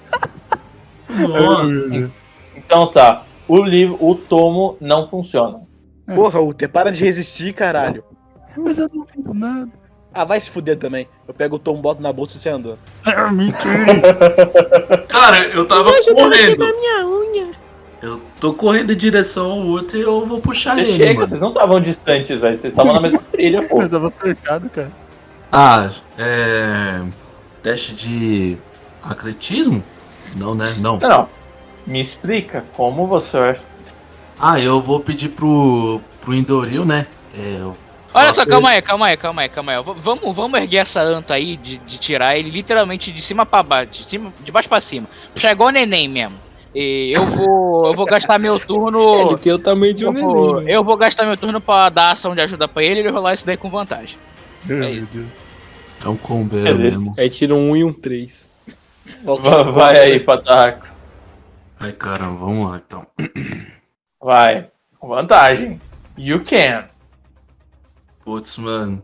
Nossa. Então tá. O tomo não funciona. Porra, Uther, para de resistir, caralho. Mas eu não fiz nada. Ah, vai se fuder também. Eu pego o tom, boto na bolsa e você andando. Ah, mentira. Cara, eu tava correndo. Eu tô correndo em direção ao outro e eu vou puxar Você ele, chega, mano. vocês não estavam distantes, velho. Vocês estavam na mesma trilha, pô. Eu tava cercado, cara. Ah, teste de atletismo? Não, né? Não. Não. Me explica como você vai fazer. Ah, eu vou pedir pro Indoril, né? Olha só, calma aí. Vamos erguer essa anta aí de tirar ele literalmente de cima pra baixo, de baixo pra cima. Puxar igual o neném mesmo. E eu vou gastar meu turno. ele tem o tamanho de um neném. né? Eu vou gastar meu turno pra dar ação de ajuda pra ele e rolar isso daí com vantagem. Ai, É meu isso. Deus. É um combeiro Beleza. mesmo. Aí tira um 1 e um 3. Vai aí, Patax. Ai, caramba, vamos lá então. Vai. Com vantagem. You can. Putz, mano.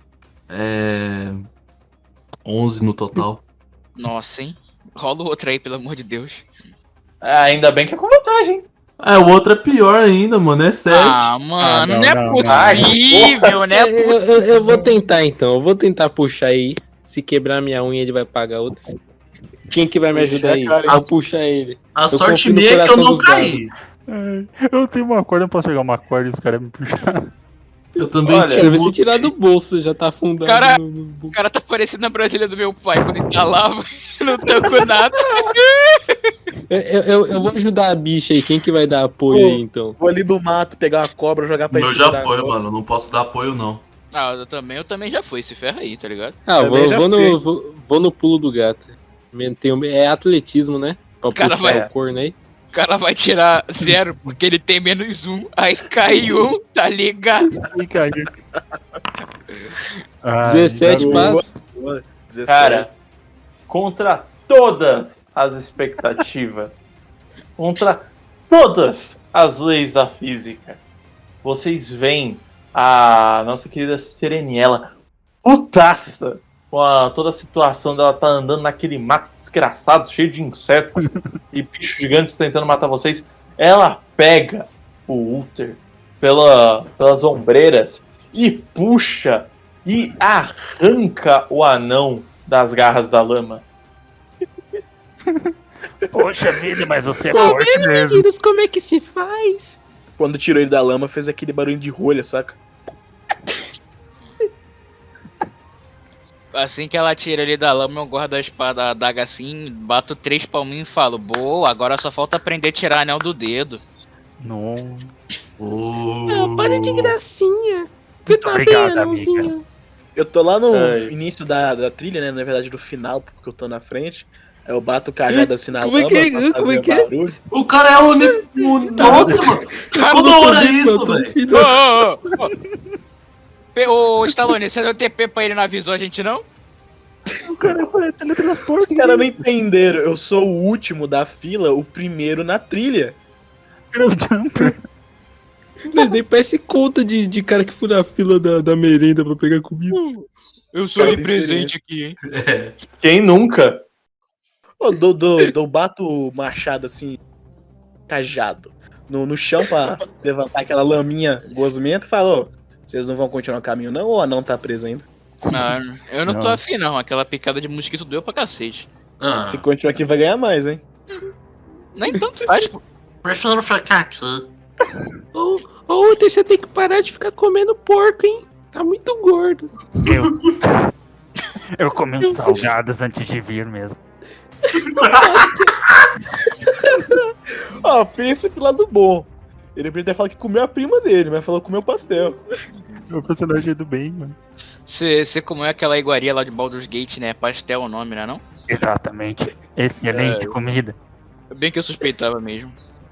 11 no total. Nossa, hein? Rola o outro aí, pelo amor de Deus. Ainda bem que é com vantagem. O outro é pior ainda, mano. É 7. Ah, mano, não, não é não, possível, né? Eu vou tentar então, eu vou tentar puxar aí. Se quebrar minha unha, ele vai pagar outra. Quem que vai me ajudar aí? Cara, Vou puxar ele. A sorte confio no minha é que eu coração não dos caí. Ai, eu tenho uma corda, eu posso pegar uma corda e os caras me puxar. Eu também Olha, tinha Quero ver se busca. tirar do bolso, já tá afundado Cara- no O cara tá parecendo a Brasília do meu pai quando ele tá lá, não tô com nada. Eu vou ajudar a bicha aí, quem que vai dar apoio aí então? Vou ali do mato, pegar uma cobra, jogar pra O meu ele já segurar foi, a cobra. mano. Não posso dar apoio, não. Ah, eu também já fui, se ferra aí, tá ligado? Ah, Também já vou no pulo do gato. É atletismo, né? Pra Cara, puxar vai. o corno aí. O cara vai tirar 0 porque ele tem menos 1, aí cai 1, tá ligado? Ai, caiu. Ai, 17 ainda bem. passos. Boa, 17. Cara, contra todas as expectativas, contra todas as leis da física, vocês veem a nossa querida Sereniela putaça com toda a situação dela tá andando naquele mato desgraçado, cheio de insetos e bichos gigantes tentando matar vocês. Ela pega o Uther pelas ombreiras e puxa e arranca o anão das garras da lama. Poxa vida, mas você é forte mesmo. como é que se faz? Quando tirou ele da lama, fez aquele barulho de rolha, saca? Assim que ela tira ele da lama, eu guardo a espada, a adaga assim, bato 3 palminhos e falo, boa, agora só falta aprender a tirar anel do dedo. Não. gracinha. Você Muito obrigado, amiga. Eu tô lá no Ai. início da trilha, né? Na verdade, do final, porque eu tô na frente. Aí eu bato o cajado assim na Como é lama que é? pra Como é fazer que é? barulho. O cara é o. Nossa, mano. Toda hora é isso, velho. Ô, Stallone, você deu TP pra ele, não avisou a gente não? O cara foi Os teletransporte. caras não entenderam. Eu sou o último da fila, o primeiro na trilha. Era o Jumper. Mas nem parece conta de cara que foi na fila da merenda pra pegar comida. Eu sou Cara, onipresente aqui, hein? Quem nunca? Eu bato o machado assim, cajado, no chão pra levantar aquela laminha gosmenta e falo, ô, vocês não vão continuar o caminho não ou não tá preso ainda? Não, eu não tô Não. afim não, aquela picada de mosquito doeu pra cacete. Ah, Se continuar aqui vai ganhar mais, hein? Nem tanto faz, pô. prefiro ficar aqui. Ô, Uther, você tem que parar de ficar comendo porco, hein? Tá muito gordo. Eu comi salgados antes de vir mesmo. Ó, pensa pro lado bom. Ele podia ter falado que comeu a prima dele, mas falou que comeu pastel. O personagem do bem, mano. Você comeu aquela iguaria lá de Baldur's Gate, né? Pastel é o nome, né não? Exatamente. Excelente comida. Bem que eu suspeitava mesmo.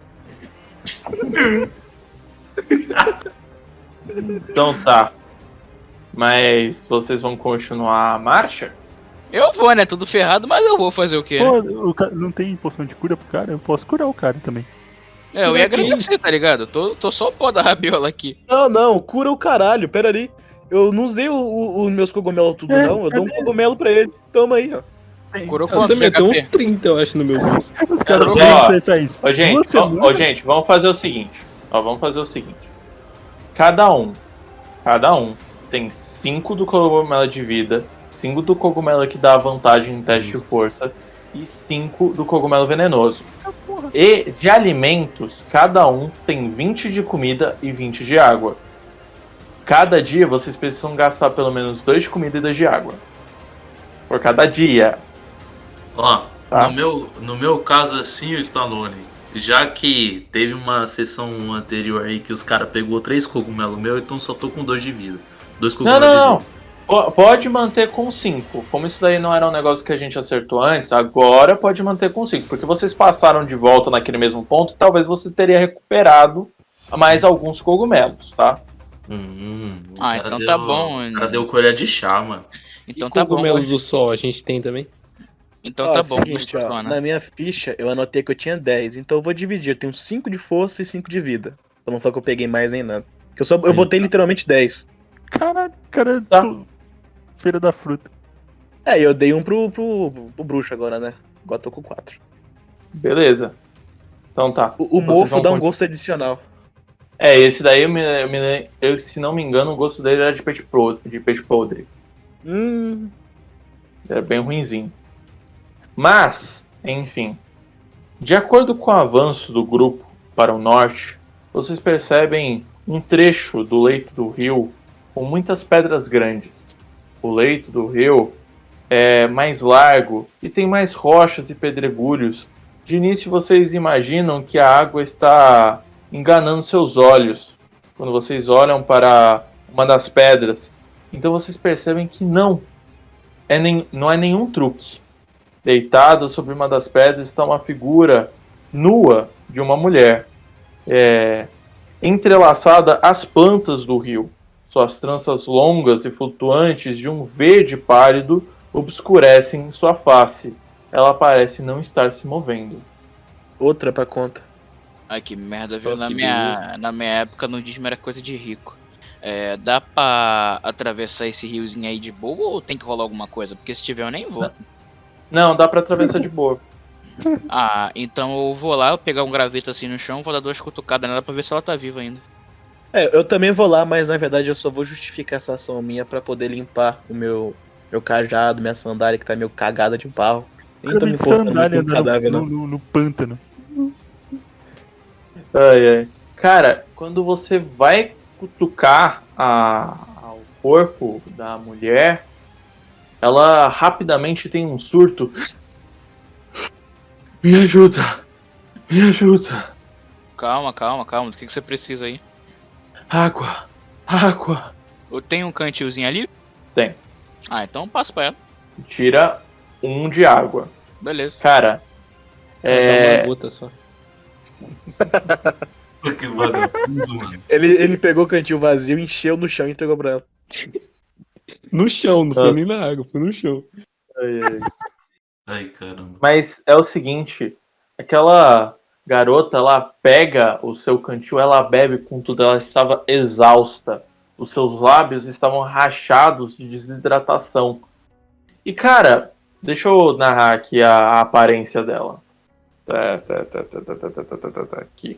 Então tá. Mas vocês vão continuar a marcha? Eu vou, né? Tudo ferrado, mas eu vou fazer o quê? Pô, não tem poção de cura pro cara? Eu posso curar o cara também. Eu ia Pra quê? agradecer, tá ligado? Tô só o pó da rabiola aqui. Não, cura o caralho, pera ali. Eu não usei os meus cogumelos tudo, não. Eu dou um cogumelo pra ele. Toma aí, ó. Curou Eu quanto também de tenho uns HP? 30, eu acho, no meu bolso. Os caras Ó, pegam isso aí faz Ô, gente, 2 semanas. gente, vamos fazer o seguinte. Vamos fazer o seguinte. Cada um tem 5 do cogumelo de vida, 5 do cogumelo que dá vantagem em teste de força e 5 do cogumelo venenoso. E de alimentos, cada um tem 20 de comida e 20 de água. Cada dia vocês precisam gastar pelo menos 2 de comida e 2 de água. Por cada dia. Ó, Tá. no meu caso assim, o Stallone, já que teve uma sessão anterior aí que os caras pegou 3 cogumelos meu, então só tô com 2 de vida. 2 cogumelos de Não. vida. Pode manter com 5. Como isso daí não era um negócio que a gente acertou antes, agora pode manter com 5. Porque vocês passaram de volta naquele mesmo ponto, talvez você teria recuperado mais alguns cogumelos, tá? O Ah, cara então tá bom, O cara né? deu colher de chá, mano. Então E tá bom. cogumelos do sol a gente tem também? Então Ó, tá bom. seguinte, ó. funciona. Na minha ficha, eu anotei que eu tinha 10. Então eu vou dividir. Eu tenho 5 de força e 5 de vida. Pra não falar que eu peguei mais nem nada. Eu botei literalmente 10. Caralho, cara. Tá. Feira da fruta. É, eu dei um pro bruxo agora, né? Agora tô com 4. Beleza. Então tá. O Vocês mofo vão dá um continuar. gosto adicional. Esse daí, eu, se não me engano, o gosto dele era de peixe podre. Era bem ruinzinho. Mas, enfim. De acordo com o avanço do grupo para o norte, vocês percebem um trecho do leito do rio com muitas pedras grandes. O leito do rio é mais largo e tem mais rochas e pedregulhos. De início vocês imaginam que a água está enganando seus olhos quando vocês olham para uma das pedras. Então vocês percebem que não é nenhum truque. Deitada sobre uma das pedras está uma figura nua de uma mulher, entrelaçada às plantas do rio. Suas tranças longas e flutuantes de um verde pálido obscurecem sua face. Ela parece não estar se movendo. Outra pra conta. Ai, que merda, Só viu? Na que minha época, nudismo era coisa de rico. Dá pra atravessar esse riozinho aí de boa ou tem que rolar alguma coisa? Porque se tiver eu nem vou. Não, dá pra atravessar de boa. Ah, então eu vou lá, eu pegar um graveto assim no chão, vou dar 2 cutucadas nela pra ver se ela tá viva ainda. Eu também vou lá, mas na verdade eu só vou justificar essa ação minha pra poder limpar o meu cajado, minha sandália que tá meio cagada de barro. Nem tô me importando muito com o cadáver, não. no pântano. Ai. Cara, quando você vai cutucar ao corpo da mulher, ela rapidamente tem um surto. Me ajuda! Me ajuda! Calma. Do que você precisa aí? Água! Eu tenho um cantilzinho ali? Tem. Ah, então passo pra ela. Tira 1 de água. Beleza. Cara, Dá uma gota só. Que vagabundo, mano. Ele pegou o cantil vazio, encheu no chão e entregou pra ela. No chão, não foi nem na água, foi no chão. Ai, caramba. Mas é o seguinte, aquela garota, ela pega o seu cantil, ela bebe com tudo, ela estava exausta. Os seus lábios estavam rachados de desidratação. E cara, deixa eu narrar aqui a aparência dela. Aqui.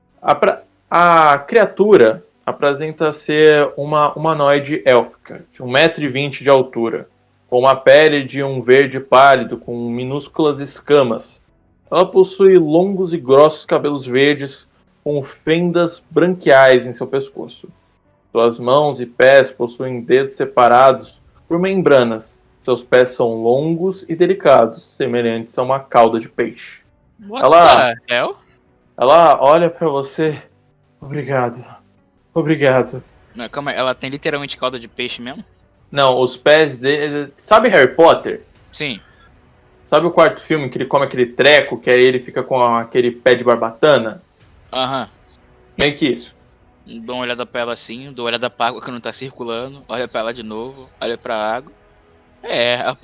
A criatura apresenta ser uma humanoide élfica, de 1,20 m de altura, com uma pele de um verde pálido com minúsculas escamas. Ela possui longos e grossos cabelos verdes com fendas branquiais em seu pescoço. Suas mãos e pés possuem dedos separados por membranas. Seus pés são longos e delicados, semelhantes a uma cauda de peixe. What Ela- the hell? Ela olha pra você. Obrigado. Não, calma aí, ela tem literalmente cauda de peixe mesmo? Não, os pés dele. Sabe Harry Potter? Sim. Sabe o quarto filme que ele come aquele treco, que aí ele fica com aquele pé de barbatana? Aham. Meio que isso. Dou uma olhada pra ela assim, dou uma olhada pra água que não tá circulando, olha pra ela de novo, olha pra água.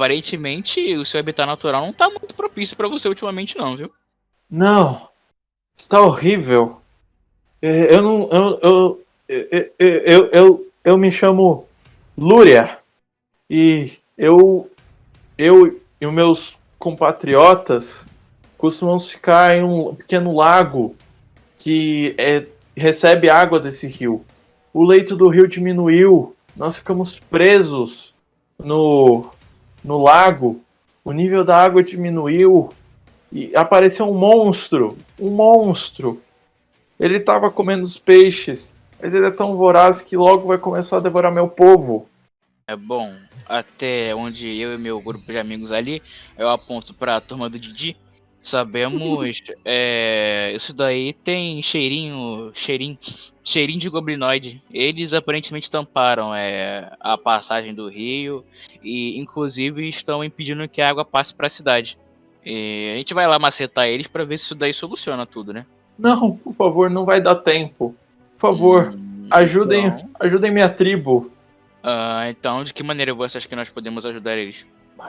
Aparentemente o seu habitat natural não tá muito propício pra você ultimamente não, viu? Não. Está horrível. Eu não. Eu me chamo Lúria. E eu e os meus compatriotas costumamos ficar em um pequeno lago que recebe água desse rio. O leito do rio diminuiu. Nós ficamos presos no lago. O nível da água diminuiu. E apareceu um monstro. Um monstro. Ele estava comendo os peixes. Mas ele é tão voraz que logo vai começar a devorar meu povo. É bom, até onde eu e meu grupo de amigos ali, eu aponto pra turma do Didi. Sabemos, isso daí tem cheirinho de goblinoide. Eles aparentemente tamparam a passagem do rio e inclusive estão impedindo que a água passe pra cidade. E a gente vai lá macetar eles pra ver se isso daí soluciona tudo, né? Não, por favor, não vai dar tempo. Por favor, ajudem, Então, ajudem minha tribo. então, de que maneira você acha que nós podemos ajudar eles?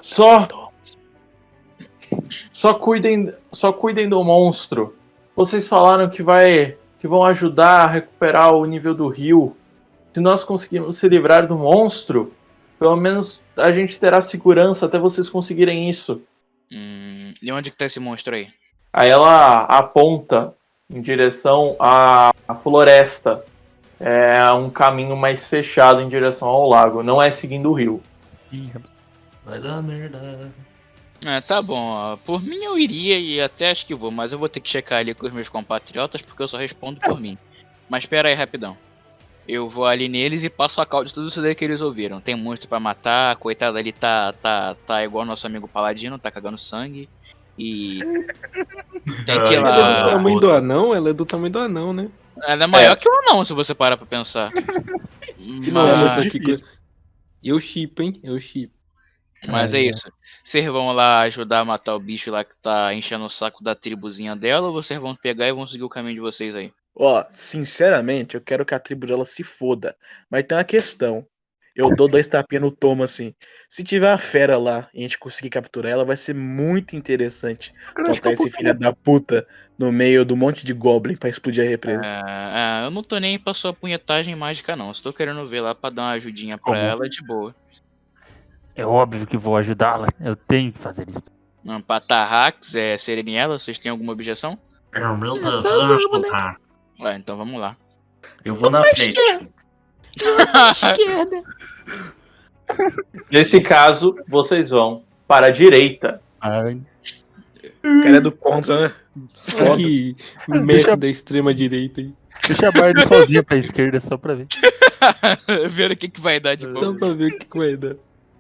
Só cuidem do monstro. Vocês falaram que vão ajudar a recuperar o nível do rio. Se nós conseguirmos se livrar do monstro, pelo menos a gente terá segurança até vocês conseguirem isso. E onde que tá esse monstro aí? Aí ela aponta em direção à floresta. É um caminho mais fechado em direção ao lago. Não é seguindo o rio. Ih, rapaz. Vai dar merda. Tá bom, ó. Por mim eu iria e até acho que vou, mas eu vou ter que checar ali com os meus compatriotas porque eu só respondo por mim. Mas espera aí rapidão. Eu vou ali neles e passo a cal de tudo isso daí que eles ouviram. Tem monstro pra matar, coitado ali tá igual nosso amigo Paladino, tá cagando sangue. E tem que ir Ela é do lá. tamanho do anão? Ela é do tamanho do anão, né? Ela é maior que o anão, se você parar pra pensar. Que não é muito Mas, difícil. Eu chipo, hein? Eu chipo. mas é isso. Vocês vão lá ajudar a matar o bicho lá que tá enchendo o saco da tribuzinha dela, ou vocês vão pegar e vão seguir o caminho de vocês aí? Ó, sinceramente, eu quero que a tribo dela se foda. Mas tem uma questão. Eu dou 2 tapinhas no tomo assim. Se tiver a fera lá e a gente conseguir capturar ela, vai ser muito interessante soltar esse filho da puta no meio do monte de goblin pra explodir a represa. Eu não tô nem aí pra sua punhetagem mágica, não. Estou querendo ver lá pra dar uma ajudinha pra Como? ela de boa. É óbvio que vou ajudá-la. Eu tenho que fazer isso. Pra Tarrax, Sereniela, vocês têm alguma objeção? É o meu Essa desejo, vamos, né? cara. Ué, então vamos lá. Eu vou na frente. Esquerda. Nesse caso, vocês vão para a direita. Ai, O cara é do contra, né? Olha Foda. que mestre da extrema direita aí. deixa a Bardo sozinha pra esquerda só pra ver. Ver o que vai dar de Só bom. pra ver o que vai dar.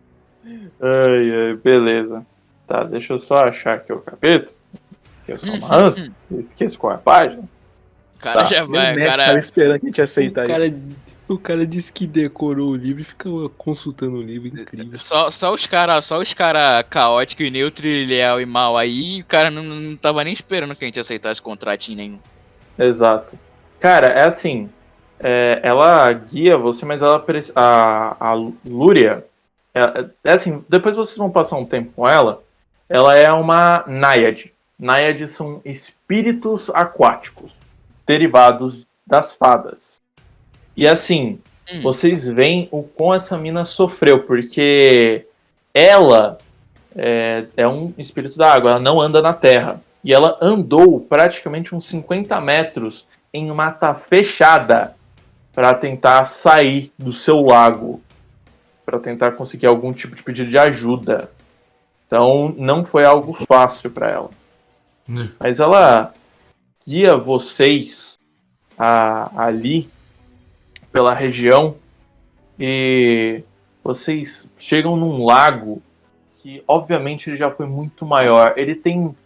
Ai, beleza. Tá, deixa eu só achar aqui o capítulo. Que eu sou uma esqueço qual é a página. O cara Tá. já Nem o vai, mestre cara. tava esperando que a gente ia aceitar isso. O cara disse que decorou o livro e fica consultando o livro, incrível. Só os cara caótico e neutro, e leal e mal aí, o cara não tava nem esperando que a gente aceitasse contratinho nenhum. Exato. Cara, é assim. Ela guia você, mas a Lúria. É assim, depois vocês vão passar um tempo com ela. Ela é uma náiade. Náiades são espíritos aquáticos, derivados das fadas. E assim, vocês veem o quão essa mina sofreu, porque ela é um espírito da água, ela não anda na terra. E ela andou praticamente uns 50 metros em mata fechada para tentar sair do seu lago, para tentar conseguir algum tipo de pedido de ajuda. Então não foi algo fácil para ela. Mas ela guia vocês ali pela região e vocês chegam num lago que obviamente ele já foi muito maior. Ele tem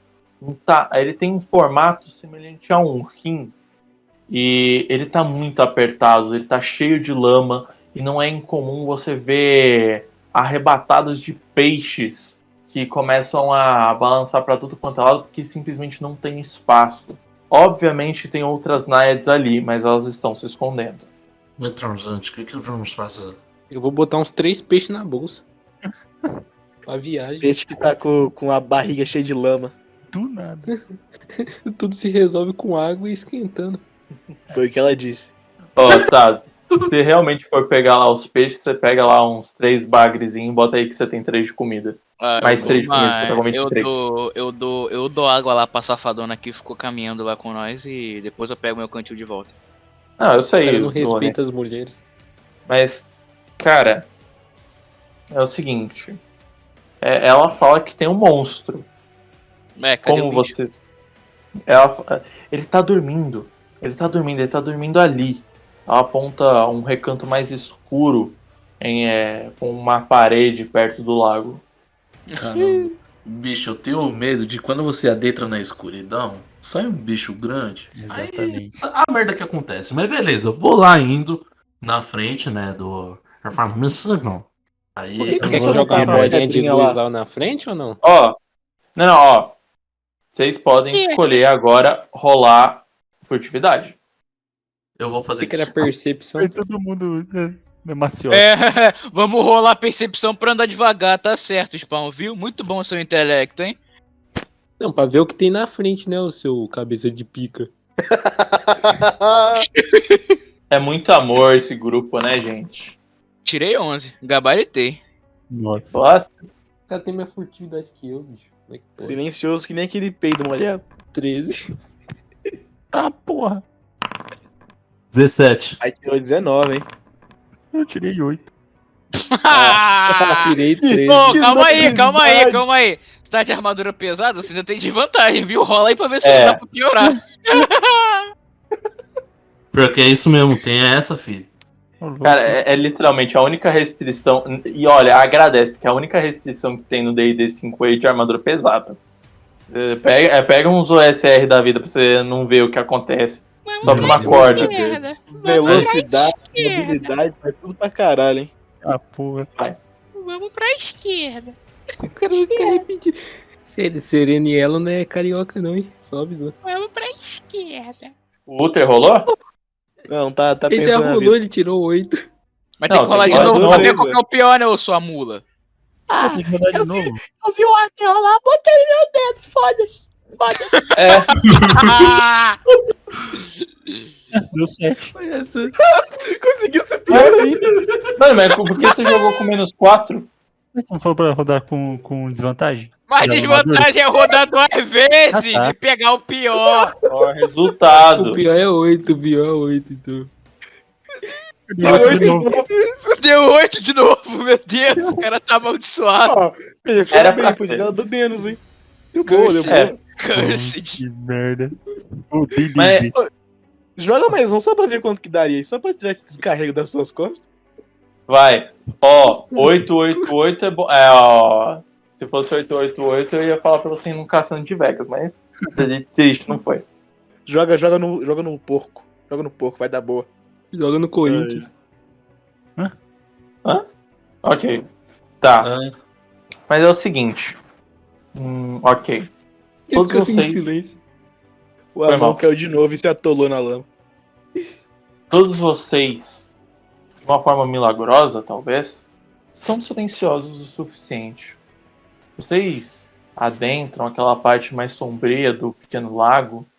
um formato semelhante a um rim e ele tá muito apertado, ele tá cheio de lama e não é incomum você ver arrebatados de peixes que começam a balançar para tudo quanto é lado porque simplesmente não tem espaço. Obviamente tem outras náiades ali, mas elas estão se escondendo. Meu transante, o que vamos fazer? Eu vou botar uns 3 peixes na bolsa. Pra viagem. Peixe que tá com a barriga cheia de lama. Do nada. Tudo se resolve com água e esquentando. Foi o que ela disse. Ó, tá. Se realmente for pegar lá os peixes, você pega lá uns 3 bagrezinhos e bota aí que você tem 3 de comida. Ah, Mais eu 3 de dou comida, você tá com 23. eu dou água lá pra safadona que ficou caminhando lá com nós e depois eu pego meu cantil de volta. Não, eu O sei. cara não Dona. respeita as mulheres. Mas, cara, é o seguinte. Ela fala que tem um monstro. Cadê Como o bicho? vocês. Ele tá dormindo. Ele tá dormindo ali. Ela aponta um recanto mais escuro com uma parede perto do lago. Caramba. Bicho, eu tenho medo de quando você adentra na escuridão, sai um bicho grande. Aí, Exatamente. a merda que acontece. Mas beleza, eu vou lá indo na frente, né, do... Eu falo, não. Aí, Por que Você você quer só não jogar tá a com a bolinha de pedrinha luz lá? lá na frente ou não? Ó. Não, ó. Vocês podem escolher agora rolar furtividade. eu vou fazer Você que era isso. percepção. Aí todo mundo é maciota. Vamos rolar percepção pra andar devagar, tá certo, Spawn, viu? Muito bom o seu intelecto, hein? Não, pra ver o que tem na frente, né, o seu cabeça de pica. É muito amor esse grupo, né, gente? Tirei 11, gabaritei. Nossa. Nossa. O cara tem mais furtividade que eu, bicho. Como é que pode? Silencioso que nem aquele peido molhado. 13. Tá, porra. 17. Aí tirou 19, hein? Eu tirei 8. Tirei 13. Pô, Que calma novidade. aí. Você tá de armadura pesada, você ainda tem desvantagem, viu? Rola aí pra ver se É. não dá pra piorar. Pior que é isso mesmo, tem essa, filho. Cara, é literalmente a única restrição. E olha, agradece, porque a única restrição que tem no D&D 5e de armadura pesada. Pega uns OSR da vida pra você não ver o que acontece. Sobe numa corda. Velocidade, mobilidade, vai tudo pra caralho, hein? Ah, porra. Vamos pra esquerda. O cara vai ficar repetindo. Sereno e ela não é carioca, não, hein? Só avisando. Vamos pra esquerda. O Uther rolou? Não, tá Ele pensando já na rolou, vida. ele tirou 8. Mas Não, tem que rolar tem de que novo rolar pra duas ver qual vezes, que é o pior, né, ô sua mula? Tem que rodar de novo. Eu vi o anel lá, botei meu dedo, foda-se. Foda-se. É. Deu 7. Foi essa. Conseguiu ser pior ainda. Mano, mas por que você jogou com menos 4? Mas você não falou pra rodar com desvantagem? Mas Já desvantagem é rodar 2 vezes Ah, tá. e pegar o pior. Ó, resultado. O pior é 8, então. Deu 8 de novo. Deu 8 de novo, meu Deus. O cara tá amaldiçoado. Ó, pensou Era bem, pra podia ser. dar do menos, hein? Deu boa, deu É. boa. Cursed. Que merda. O D&D. Mas- Joga mais, vamos só pra ver quanto que daria, só pra tirar esse descarrego das suas costas. Vai. Ó, 888 é bom. Ó. Se fosse 888, eu ia falar pra você ir num caçando de Vegas, mas triste, não foi. Joga no porco. Joga no porco, vai dar boa. Joga no Corinthians. Ok. Tá. Ah, Mas é o seguinte. Ok. Ele Todos fica assim em vocês- silêncio. O Foi anão mal. caiu de novo e se atolou na lama. Todos vocês, de uma forma milagrosa, talvez, são silenciosos o suficiente. Vocês adentram aquela parte mais sombria do pequeno lago